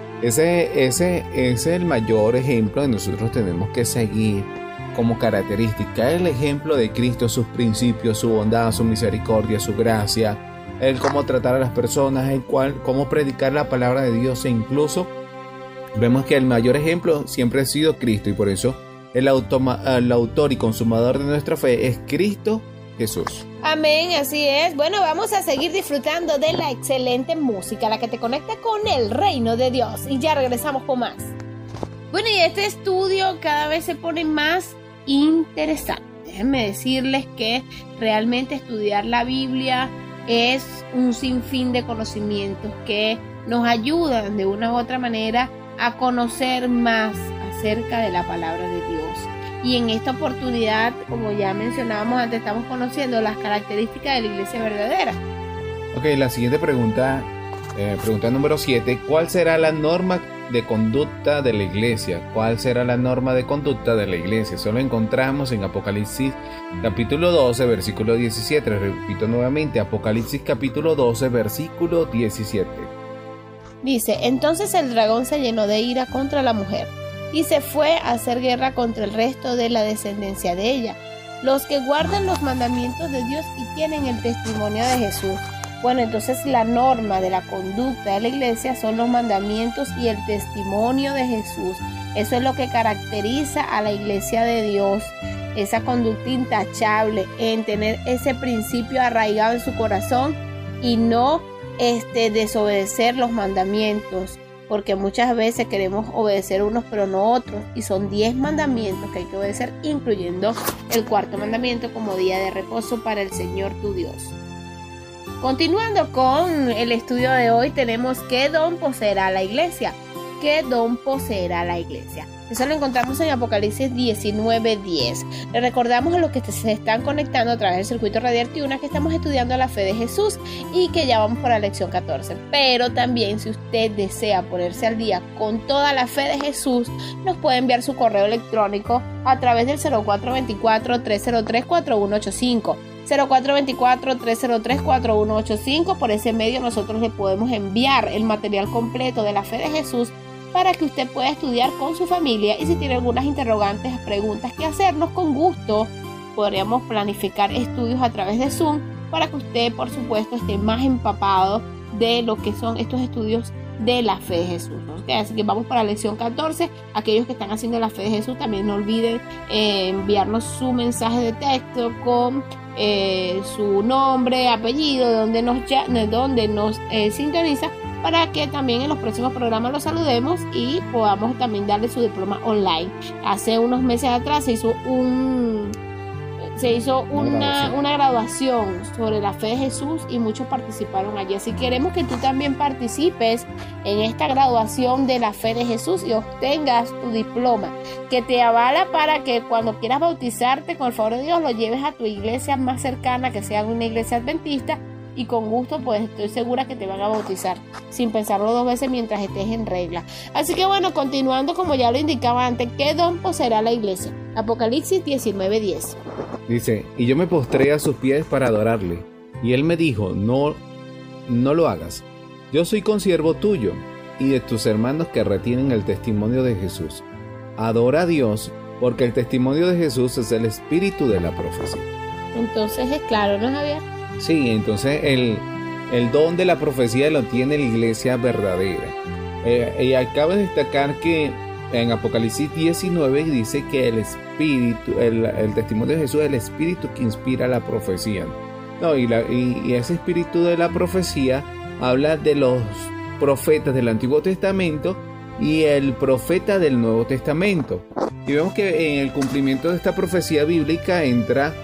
ese, ese, ese es el mayor ejemplo que nosotros tenemos que seguir como característica. El ejemplo de Cristo, sus principios, su bondad, su misericordia, su gracia, el cómo tratar a las personas, el cual, cómo predicar la palabra de Dios. E incluso vemos que el mayor ejemplo siempre ha sido Cristo, y por eso el, automa, el autor y consumador de nuestra fe es Cristo Jesús. Amén, así es. Bueno, vamos a seguir disfrutando de la excelente música, la que te conecta con el reino de Dios, y ya regresamos con más. Bueno, y este estudio cada vez se pone más interesante. Déjenme decirles que realmente estudiar la Biblia es un sinfín de conocimientos que nos ayudan de una u otra manera a conocer más acerca de la palabra de Dios. Y en esta oportunidad, como ya mencionábamos antes, estamos conociendo las características de la iglesia verdadera. Ok, la siguiente pregunta, eh, pregunta número siete. ¿Cuál será la norma de conducta de la iglesia? ¿Cuál será la norma de conducta de la iglesia? Eso lo encontramos en Apocalipsis capítulo doce, versículo diecisiete. Repito nuevamente, Apocalipsis capítulo doce, versículo diecisiete. Dice: entonces el dragón se llenó de ira contra la mujer y se fue a hacer guerra contra el resto de la descendencia de ella, los que guardan los mandamientos de Dios y tienen el testimonio de Jesús. Bueno, entonces la norma de la conducta de la iglesia son los mandamientos y el testimonio de Jesús. Eso es lo que caracteriza a la iglesia de Dios, esa conducta intachable en tener ese principio arraigado en su corazón y no este, desobedecer los mandamientos, porque muchas veces queremos obedecer unos pero no otros, y son diez mandamientos que hay que obedecer, incluyendo el cuarto mandamiento como día de reposo para el Señor tu Dios. Continuando con el estudio de hoy, tenemos ¿qué don poseerá la iglesia? ¿Qué don poseerá la iglesia? Eso lo encontramos en Apocalipsis diecinueve diez. Le recordamos a los que se están conectando a través del circuito Radial Tiuna que estamos estudiando la fe de Jesús y que ya vamos por la lección catorce. Pero también, si usted desea ponerse al día con toda la fe de Jesús, nos puede enviar su correo electrónico a través del cero cuatro dos cuatro, tres cero tres, cuatro uno ocho cinco. cero cuatro dos cuatro, tres cero tres, cuatro uno ocho cinco. Por ese medio nosotros le podemos enviar el material completo de la fe de Jesús para que usted pueda estudiar con su familia, y si tiene algunas interrogantes, preguntas que hacernos, con gusto podríamos planificar estudios a través de Zoom para que usted, por supuesto, esté más empapado de lo que son estos estudios de la fe de Jesús. ¿Okay? Así que vamos para la lección catorce. Aquellos que están haciendo la fe de Jesús, también no olviden eh, enviarnos su mensaje de texto con eh, su nombre, apellido, de donde nos, de donde nos eh, sintoniza, para que también en los próximos programas los saludemos y podamos también darle su diploma online. Hace unos meses atrás se hizo un se hizo una, una graduación sobre la fe de Jesús y muchos participaron allí. Así queremos que tú también participes en esta graduación de la fe de Jesús y obtengas tu diploma que te avala para que cuando quieras bautizarte, con el favor de Dios, lo lleves a tu iglesia más cercana, que sea una iglesia adventista, y con gusto pues estoy segura que te van a bautizar sin pensarlo dos veces mientras estés en regla. Así que bueno, continuando como ya lo indicaba antes, ¿qué don poseerá la iglesia? Apocalipsis diecinueve diez. Dice, y yo me postré a sus pies para adorarle, y él me dijo, no, no lo hagas. Yo soy consiervo tuyo y de tus hermanos que retienen el testimonio de Jesús. Adora a Dios, porque el testimonio de Jesús es el espíritu de la profecía. Entonces es claro, ¿no, Javier? Sí, entonces el, el don de la profecía lo tiene la iglesia verdadera. Eh, y acabo de destacar que en Apocalipsis diecinueve dice que el espíritu, el, el testimonio de Jesús es el espíritu que inspira la profecía. No, y, la, y, y ese espíritu de la profecía habla de los profetas del Antiguo Testamento y el profeta del Nuevo Testamento. Y vemos que en el cumplimiento de esta profecía bíblica entra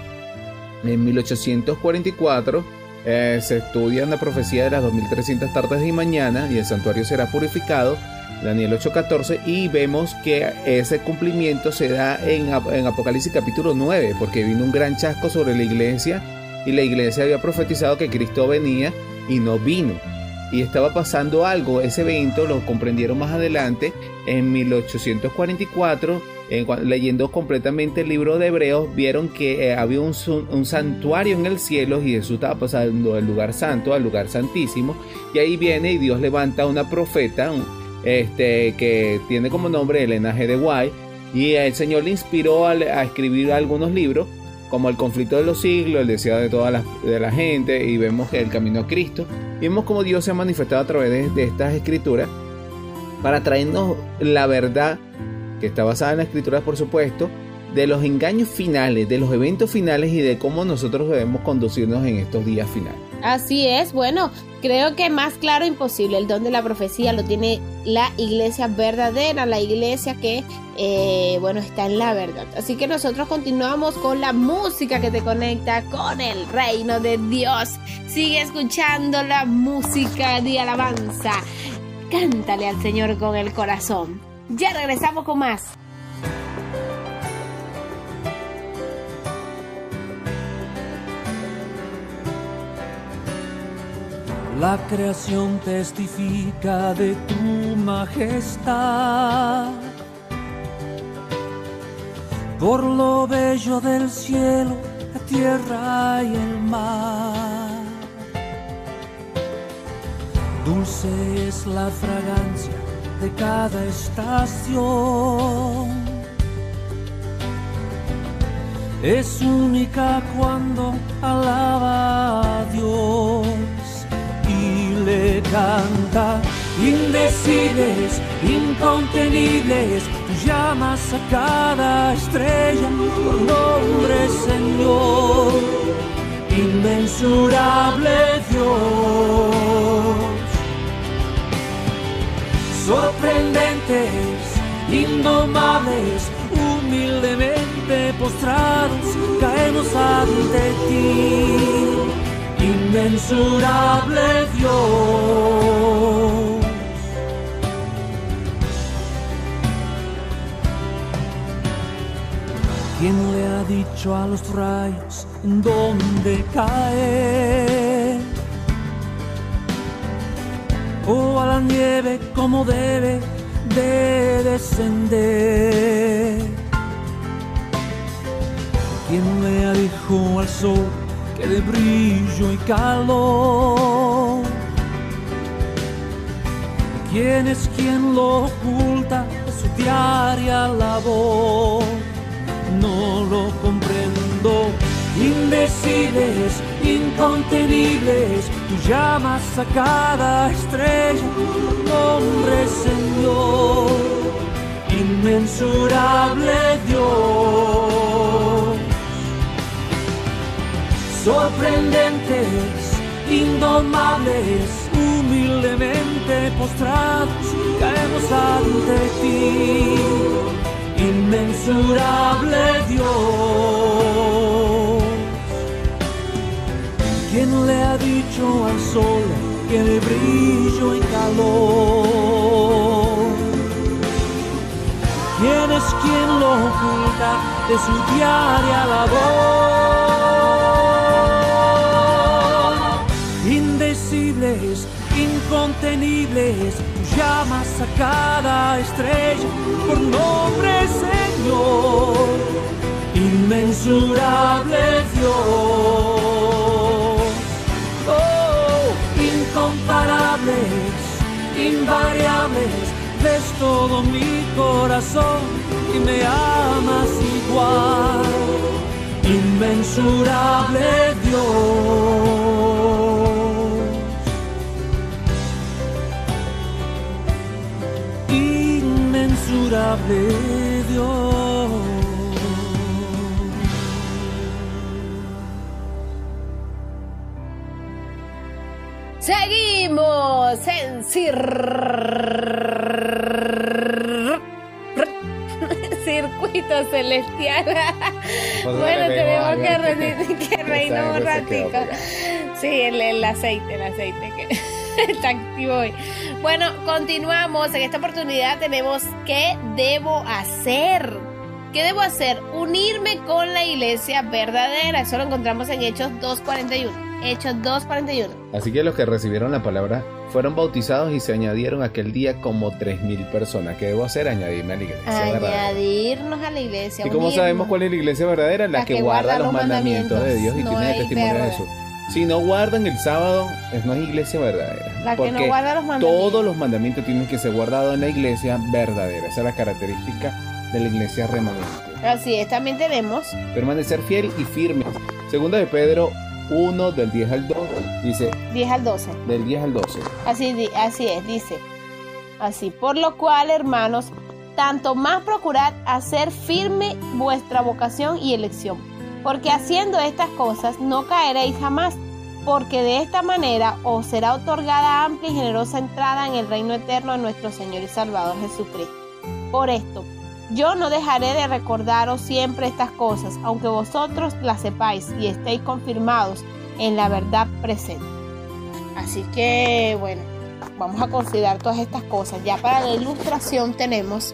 en mil ochocientos cuarenta y cuatro. Eh, se estudia la profecía de las dos mil trescientas tardes y mañana y el santuario será purificado, Daniel ocho catorce, y vemos que ese cumplimiento se da en, en Apocalipsis capítulo nueve, porque vino un gran chasco sobre la iglesia y la iglesia había profetizado que Cristo venía y no vino, y estaba pasando algo. Ese evento lo comprendieron más adelante en mil ochocientos cuarenta y cuatro. Eh, leyendo completamente el libro de Hebreos, vieron que eh, había un, un santuario en el cielo y Jesús estaba pasando del lugar santo al lugar santísimo, y ahí viene y Dios levanta a una profeta un, este, que tiene como nombre Elena G. de White, y el Señor le inspiró a, a escribir algunos libros como El conflicto de los siglos, El deseo de toda la, de la gente, y vemos que El camino a Cristo, y vemos cómo Dios se ha manifestado a través de, de estas escrituras para traernos la verdad que está basada en las escrituras, por supuesto, de los engaños finales, de los eventos finales y de cómo nosotros debemos conducirnos en estos días finales. Así es, bueno, creo que más claro imposible. El don de la profecía lo tiene la iglesia verdadera, la iglesia que, eh, bueno, está en la verdad. Así que nosotros continuamos con la música que te conecta con el reino de Dios. Sigue escuchando la música de alabanza. Cántale al Señor con el corazón. Ya regresamos con más. La creación testifica de tu majestad. Por lo bello del cielo, la tierra y el mar. Dulce es la fragancia de cada estación, es única cuando alaba a Dios y le canta. Indecibles, incontenibles, tú llamas a cada estrella por nombre, Señor, inmensurable Dios. Sorprendentes, indomables, humildemente postrados, caemos ante ti, inmensurable Dios. ¿Quién le ha dicho a los rayos en dónde caer? O a la nieve como debe de descender. ¿Quién le ha dicho al sol que de brillo y calor? ¿Quién es quien lo oculta de su diaria labor? No lo comprendo. Indecibles, incontenibles, tú llamas a cada estrella por nombre, Señor, inmensurable Dios. Sorprendentes, indomables, humildemente humilde postrados caemos ante ti, inmensurable Dios. ¿Quién le ha dicho al sol que de brillo y calor? ¿Quién es quien lo oculta de su diaria labor? Indecibles, incontenibles, llamas a cada estrella por nombre, Señor, inmensurable Dios. Oh, incomparables, invariables, ves todo mi corazón y me amas igual, inmensurable Dios. Inmensurable Dios. Seguimos en cir... Circuito Celestial. Bueno, tenemos que, re que reírnos un ratico. Sí, el, el aceite, el aceite que está activo hoy. Bueno, continuamos. En esta oportunidad tenemos ¿qué debo hacer? ¿Qué debo hacer? Unirme con la iglesia verdadera. Eso lo encontramos en Hechos dos cuarenta y uno. Hechos dos cuarenta y uno. Así que los que recibieron la palabra fueron bautizados y se añadieron aquel día como tres mil personas. ¿Qué debo hacer? Añadirme a la iglesia verdadera. Añadirnos a la iglesia. ¿Y cómo unirnos. sabemos cuál es la iglesia verdadera? La, la que, que guarda, guarda los mandamientos, mandamientos de Dios y no tiene el testimonio perro. de Jesús. Si no guardan el sábado, no es iglesia verdadera. La porque que no guarda los mandamientos. Todos los mandamientos tienen que ser guardados en la iglesia verdadera. Esa es la característica de la iglesia remanente. Así es, también tenemos permanecer fiel y firme. Segunda de Pedro uno del diez al doce dice diez al doce. Del diez al doce. Así, así es, dice así, por lo cual, hermanos, tanto más procurad hacer firme vuestra vocación y elección, porque haciendo estas cosas no caeréis jamás, porque de esta manera os será otorgada amplia y generosa entrada en el reino eterno de nuestro Señor y Salvador Jesucristo. Por esto, yo no dejaré de recordaros siempre estas cosas, aunque vosotros las sepáis y estéis confirmados en la verdad presente. Así que, bueno, vamos a considerar todas estas cosas. Ya para la ilustración tenemos...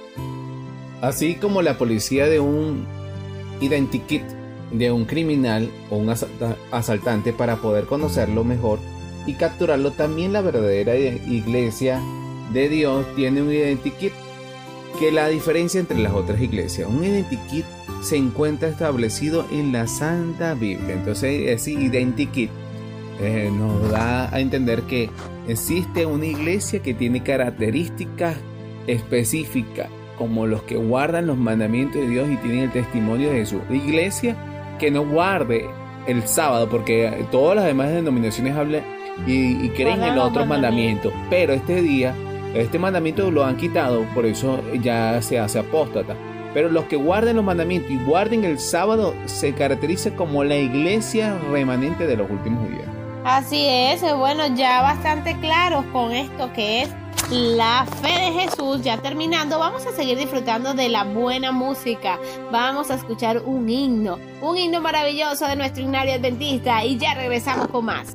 Así como la policía de un identikit de un criminal o un asaltante para poder conocerlo mejor y capturarlo, también la verdadera iglesia de Dios tiene un identikit que la diferencia entre las otras iglesias. Un identikit se encuentra establecido en la Santa Biblia. Entonces ese identikit eh, nos da a entender que existe una iglesia que tiene características específicas, como los que guardan los mandamientos de Dios y tienen el testimonio de Jesús. La iglesia que no guarde el sábado, porque todas las demás denominaciones hablan y, y creen en los otros mandamientos, pero este día este mandamiento lo han quitado, por eso ya se hace apóstata. Pero los que guarden los mandamientos y guarden el sábado se caracteriza como la iglesia remanente de los últimos días. Así es, bueno, ya bastante claros con esto que es la fe de Jesús. Ya terminando, vamos a seguir disfrutando de la buena música. Vamos a escuchar un himno, un himno maravilloso de nuestro himnario adventista y ya regresamos con más.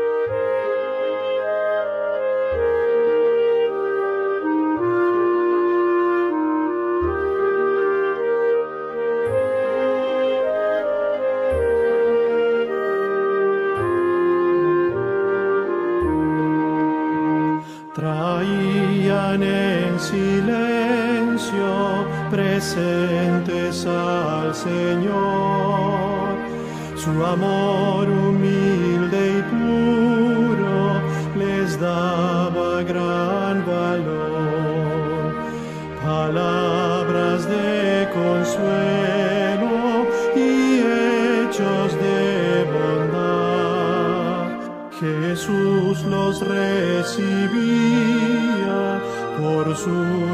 Traían en silencio presentes al Señor, su amor humilde y puro les daba gran valor, palabras de consuelo y hechos de bondad. Jesús los recibía por su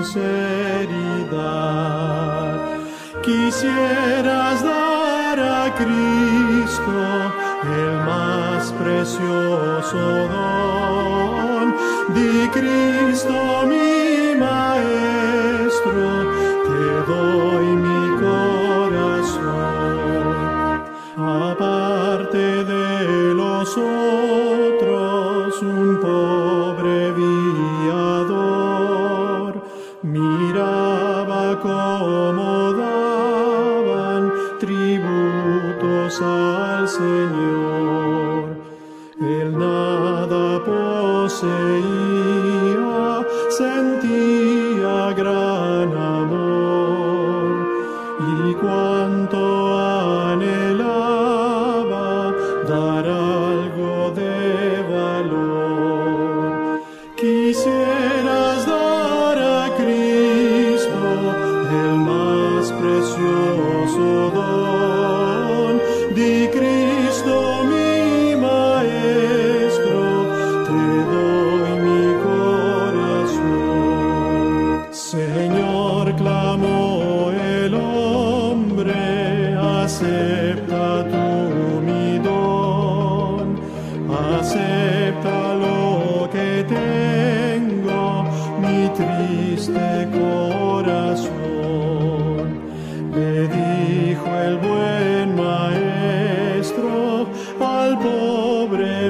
sinceridad. Quisieras dar a Cristo el más precioso don, di Cristo mi Maestro, te doy mi corazón. Aparte de los otros, un pobre viador miraba cómo daban tributos al Señor. Él nada poseía, sentía gran amor, y cuánto anhelaba dar algo de valor. Quisieras dar a Cristo el más precioso don, di Cristo mi Maestro, te doy mi corazón. Señor, clamó el hombre, acepta tú mi don, acepta lo que tengo, mi triste corazón. Le dijo el buen maestro al pobre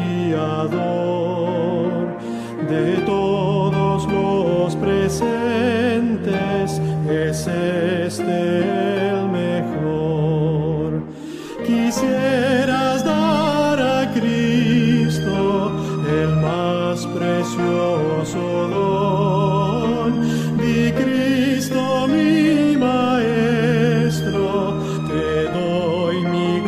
viador: de todos los presentes es este el mejor. Quisieras dar a Cristo el más precioso don, di Cristo mi Maestro, te doy mi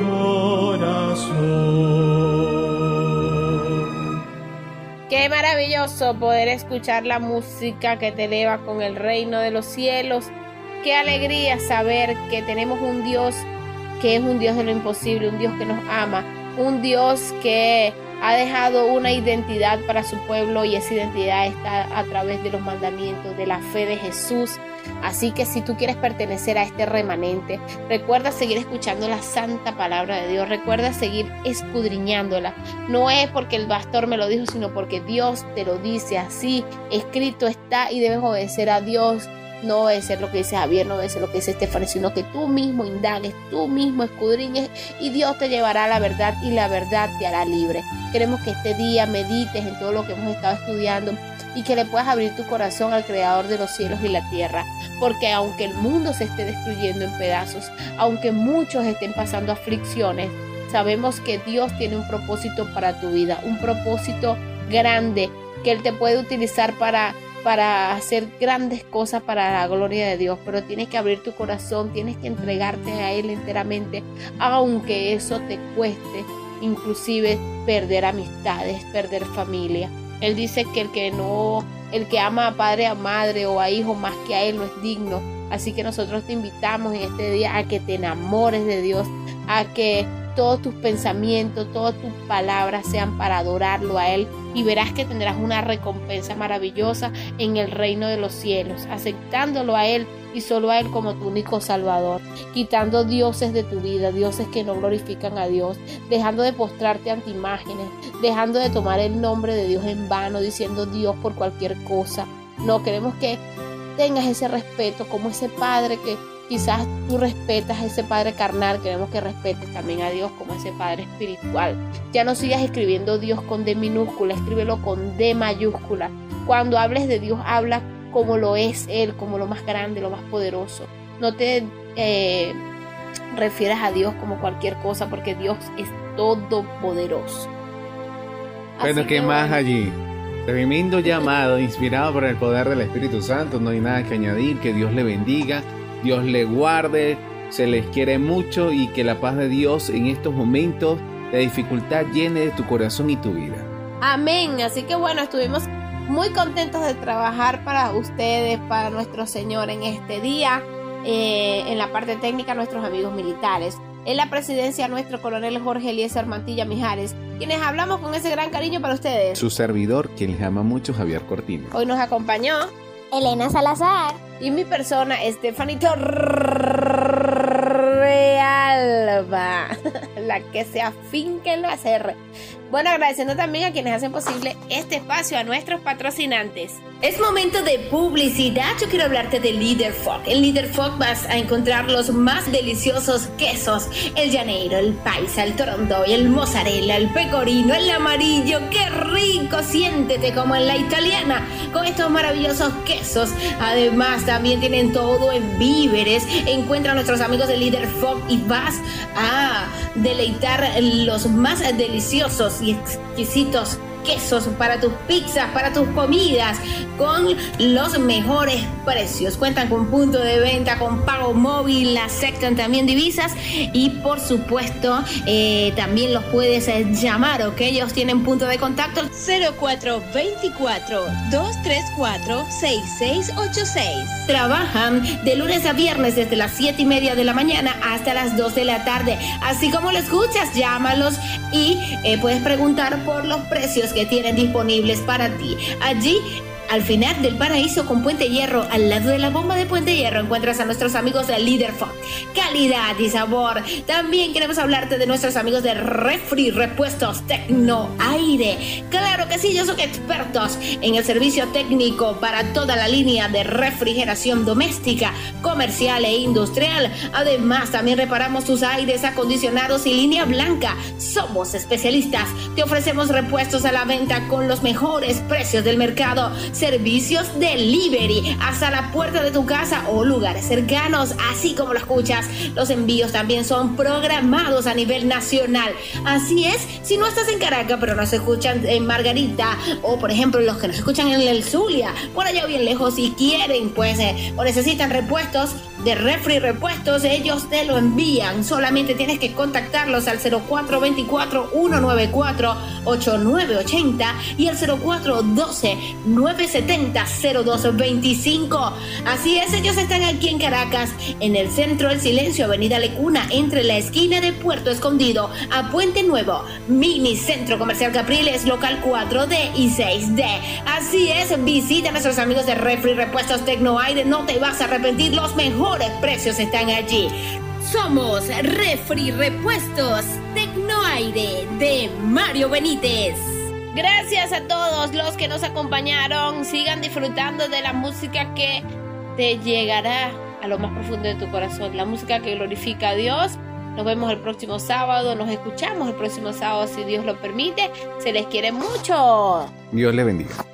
corazón. Qué maravilloso poder escuchar la música que te eleva con el reino de los cielos. Qué alegría saber que tenemos un Dios que es un Dios de lo imposible, un Dios que nos ama, un Dios que ha dejado una identidad para su pueblo, y esa identidad está a través de los mandamientos, de la fe de Jesús. Así que si tú quieres pertenecer a este remanente, recuerda seguir escuchando la santa palabra de Dios, recuerda seguir escudriñándola. No es porque el pastor me lo dijo, sino porque Dios te lo dice así, escrito está, y debes obedecer a Dios. No obedecer lo que dice Javier, no obedecer lo que dice Estefany, sino que tú mismo indagues, tú mismo escudriñes, y Dios te llevará a la verdad, y la verdad te hará libre. Queremos que este día medites en todo lo que hemos estado estudiando, y que le puedas abrir tu corazón al Creador de los cielos y la tierra, porque aunque el mundo se esté destruyendo en pedazos, aunque muchos estén pasando aflicciones, sabemos que Dios tiene un propósito para tu vida, un propósito grande, que Él te puede utilizar para para hacer grandes cosas para la gloria de Dios, pero tienes que abrir tu corazón, tienes que entregarte a Él enteramente, aunque eso te cueste, inclusive perder amistades, perder familia. Él dice que el que no, el que ama a padre, a madre o a hijo más que a Él no es digno. Así que nosotros te invitamos en este día a que te enamores de Dios, a que todos tus pensamientos, todas tus palabras sean para adorarlo a Él, y verás que tendrás una recompensa maravillosa en el reino de los cielos, aceptándolo a Él y solo a Él como tu único Salvador, quitando dioses de tu vida, dioses que no glorifican a Dios, dejando de postrarte ante imágenes, dejando de tomar el nombre de Dios en vano, diciendo Dios por cualquier cosa. No, queremos que tengas ese respeto como ese padre que quizás tú respetas a ese padre carnal. Queremos que respetes también a Dios como ese padre espiritual. Ya no sigas escribiendo Dios con D minúscula, escríbelo con D mayúscula. Cuando hables de Dios, habla como lo es Él, como lo más grande, lo más poderoso. No te eh, refieras a Dios como cualquier cosa, porque Dios es todopoderoso. Bueno, ¿qué más allí? Tremendo llamado, inspirado por el poder del Espíritu Santo. No hay nada que añadir. Que Dios le bendiga, Dios le guarde, se les quiere mucho, y que la paz de Dios en estos momentos de dificultad llene de tu corazón y tu vida. Amén. Así que bueno, estuvimos muy contentos de trabajar para ustedes, para nuestro Señor en este día. Eh, en la parte técnica, nuestros amigos militares. En la presidencia, nuestro coronel Jorge Eliezer Mantilla Mijares, quienes hablamos con ese gran cariño para ustedes. Su servidor, quien les ama mucho, Javier Cortina. Hoy nos acompañó Elena Salazar y mi persona, Estefany Torrealba, la que se afinca en la C R. Bueno, agradeciendo también a quienes hacen posible este espacio, a nuestros patrocinantes. Es momento de publicidad. Yo quiero hablarte de Líder Fog. En Líder Fog vas a encontrar los más deliciosos quesos: el llanero, el paisa, el torondoy, el mozzarella, el pecorino, el amarillo. ¡Qué rico! Siéntete como en la italiana con estos maravillosos quesos. Además, también tienen todo en víveres. Encuentra a nuestros amigos de Líder Fog y vas a deleitar los más deliciosos y exquisitos quesos para tus pizzas, para tus comidas, con los mejores precios. Cuentan con punto de venta, con pago móvil, aceptan también divisas y por supuesto eh, también los puedes eh, llamar, ¿ok? Ellos tienen punto de contacto cero cuatro veinticuatro, dos tres cuatro, seis seis ocho seis. Trabajan de lunes a viernes desde las siete y media de la mañana hasta las dos de la tarde. Así como lo escuchas, llámalos y eh, puedes preguntar por los precios que tienen disponibles para ti. Allí, al final del Paraíso con Puente Hierro, al lado de la bomba de Puente Hierro, encuentras a nuestros amigos de Líder Fog. Calidad y sabor. También queremos hablarte de nuestros amigos de Refri Repuestos Tecno Aire. Claro que sí, ellos son expertos en el servicio técnico para toda la línea de refrigeración doméstica, comercial e industrial. Además, también reparamos tus aires acondicionados y línea blanca. Somos especialistas. Te ofrecemos repuestos a la venta con los mejores precios del mercado. Servicios delivery hasta la puerta de tu casa o lugares cercanos, así como lo escuchas. Los envíos también son programados a nivel nacional. Así es, si no estás en Caracas pero nos escuchan en Margarita, o por ejemplo los que nos escuchan en el Zulia, por allá bien lejos, y quieren pues eh, o necesitan repuestos de Refri Repuestos, ellos te lo envían. Solamente tienes que contactarlos al cero cuatro veinticuatro, ciento noventa y cuatro, ochenta y nueve ochenta y el cero cuatro doce, novecientos setenta, cero dos veinticinco. Así es, ellos están aquí en Caracas, en el Centro del Silencio, Avenida Lecuna, entre la esquina de Puerto Escondido a Puente Nuevo. Mini Centro Comercial Capriles, local cuatro D y seis D. Así es, visita a nuestros amigos de Refri Repuestos Tecno Aire, no te vas a arrepentir, los mejores precios están allí. Somos Refri Repuestos Tecno Aire de Mario Benítez. Gracias a todos los que nos acompañaron. Sigan disfrutando de la música que te llegará a lo más profundo de tu corazón, la música que glorifica a Dios. Nos vemos el próximo sábado, nos escuchamos el próximo sábado si Dios lo permite. Se les quiere mucho. Dios le bendiga.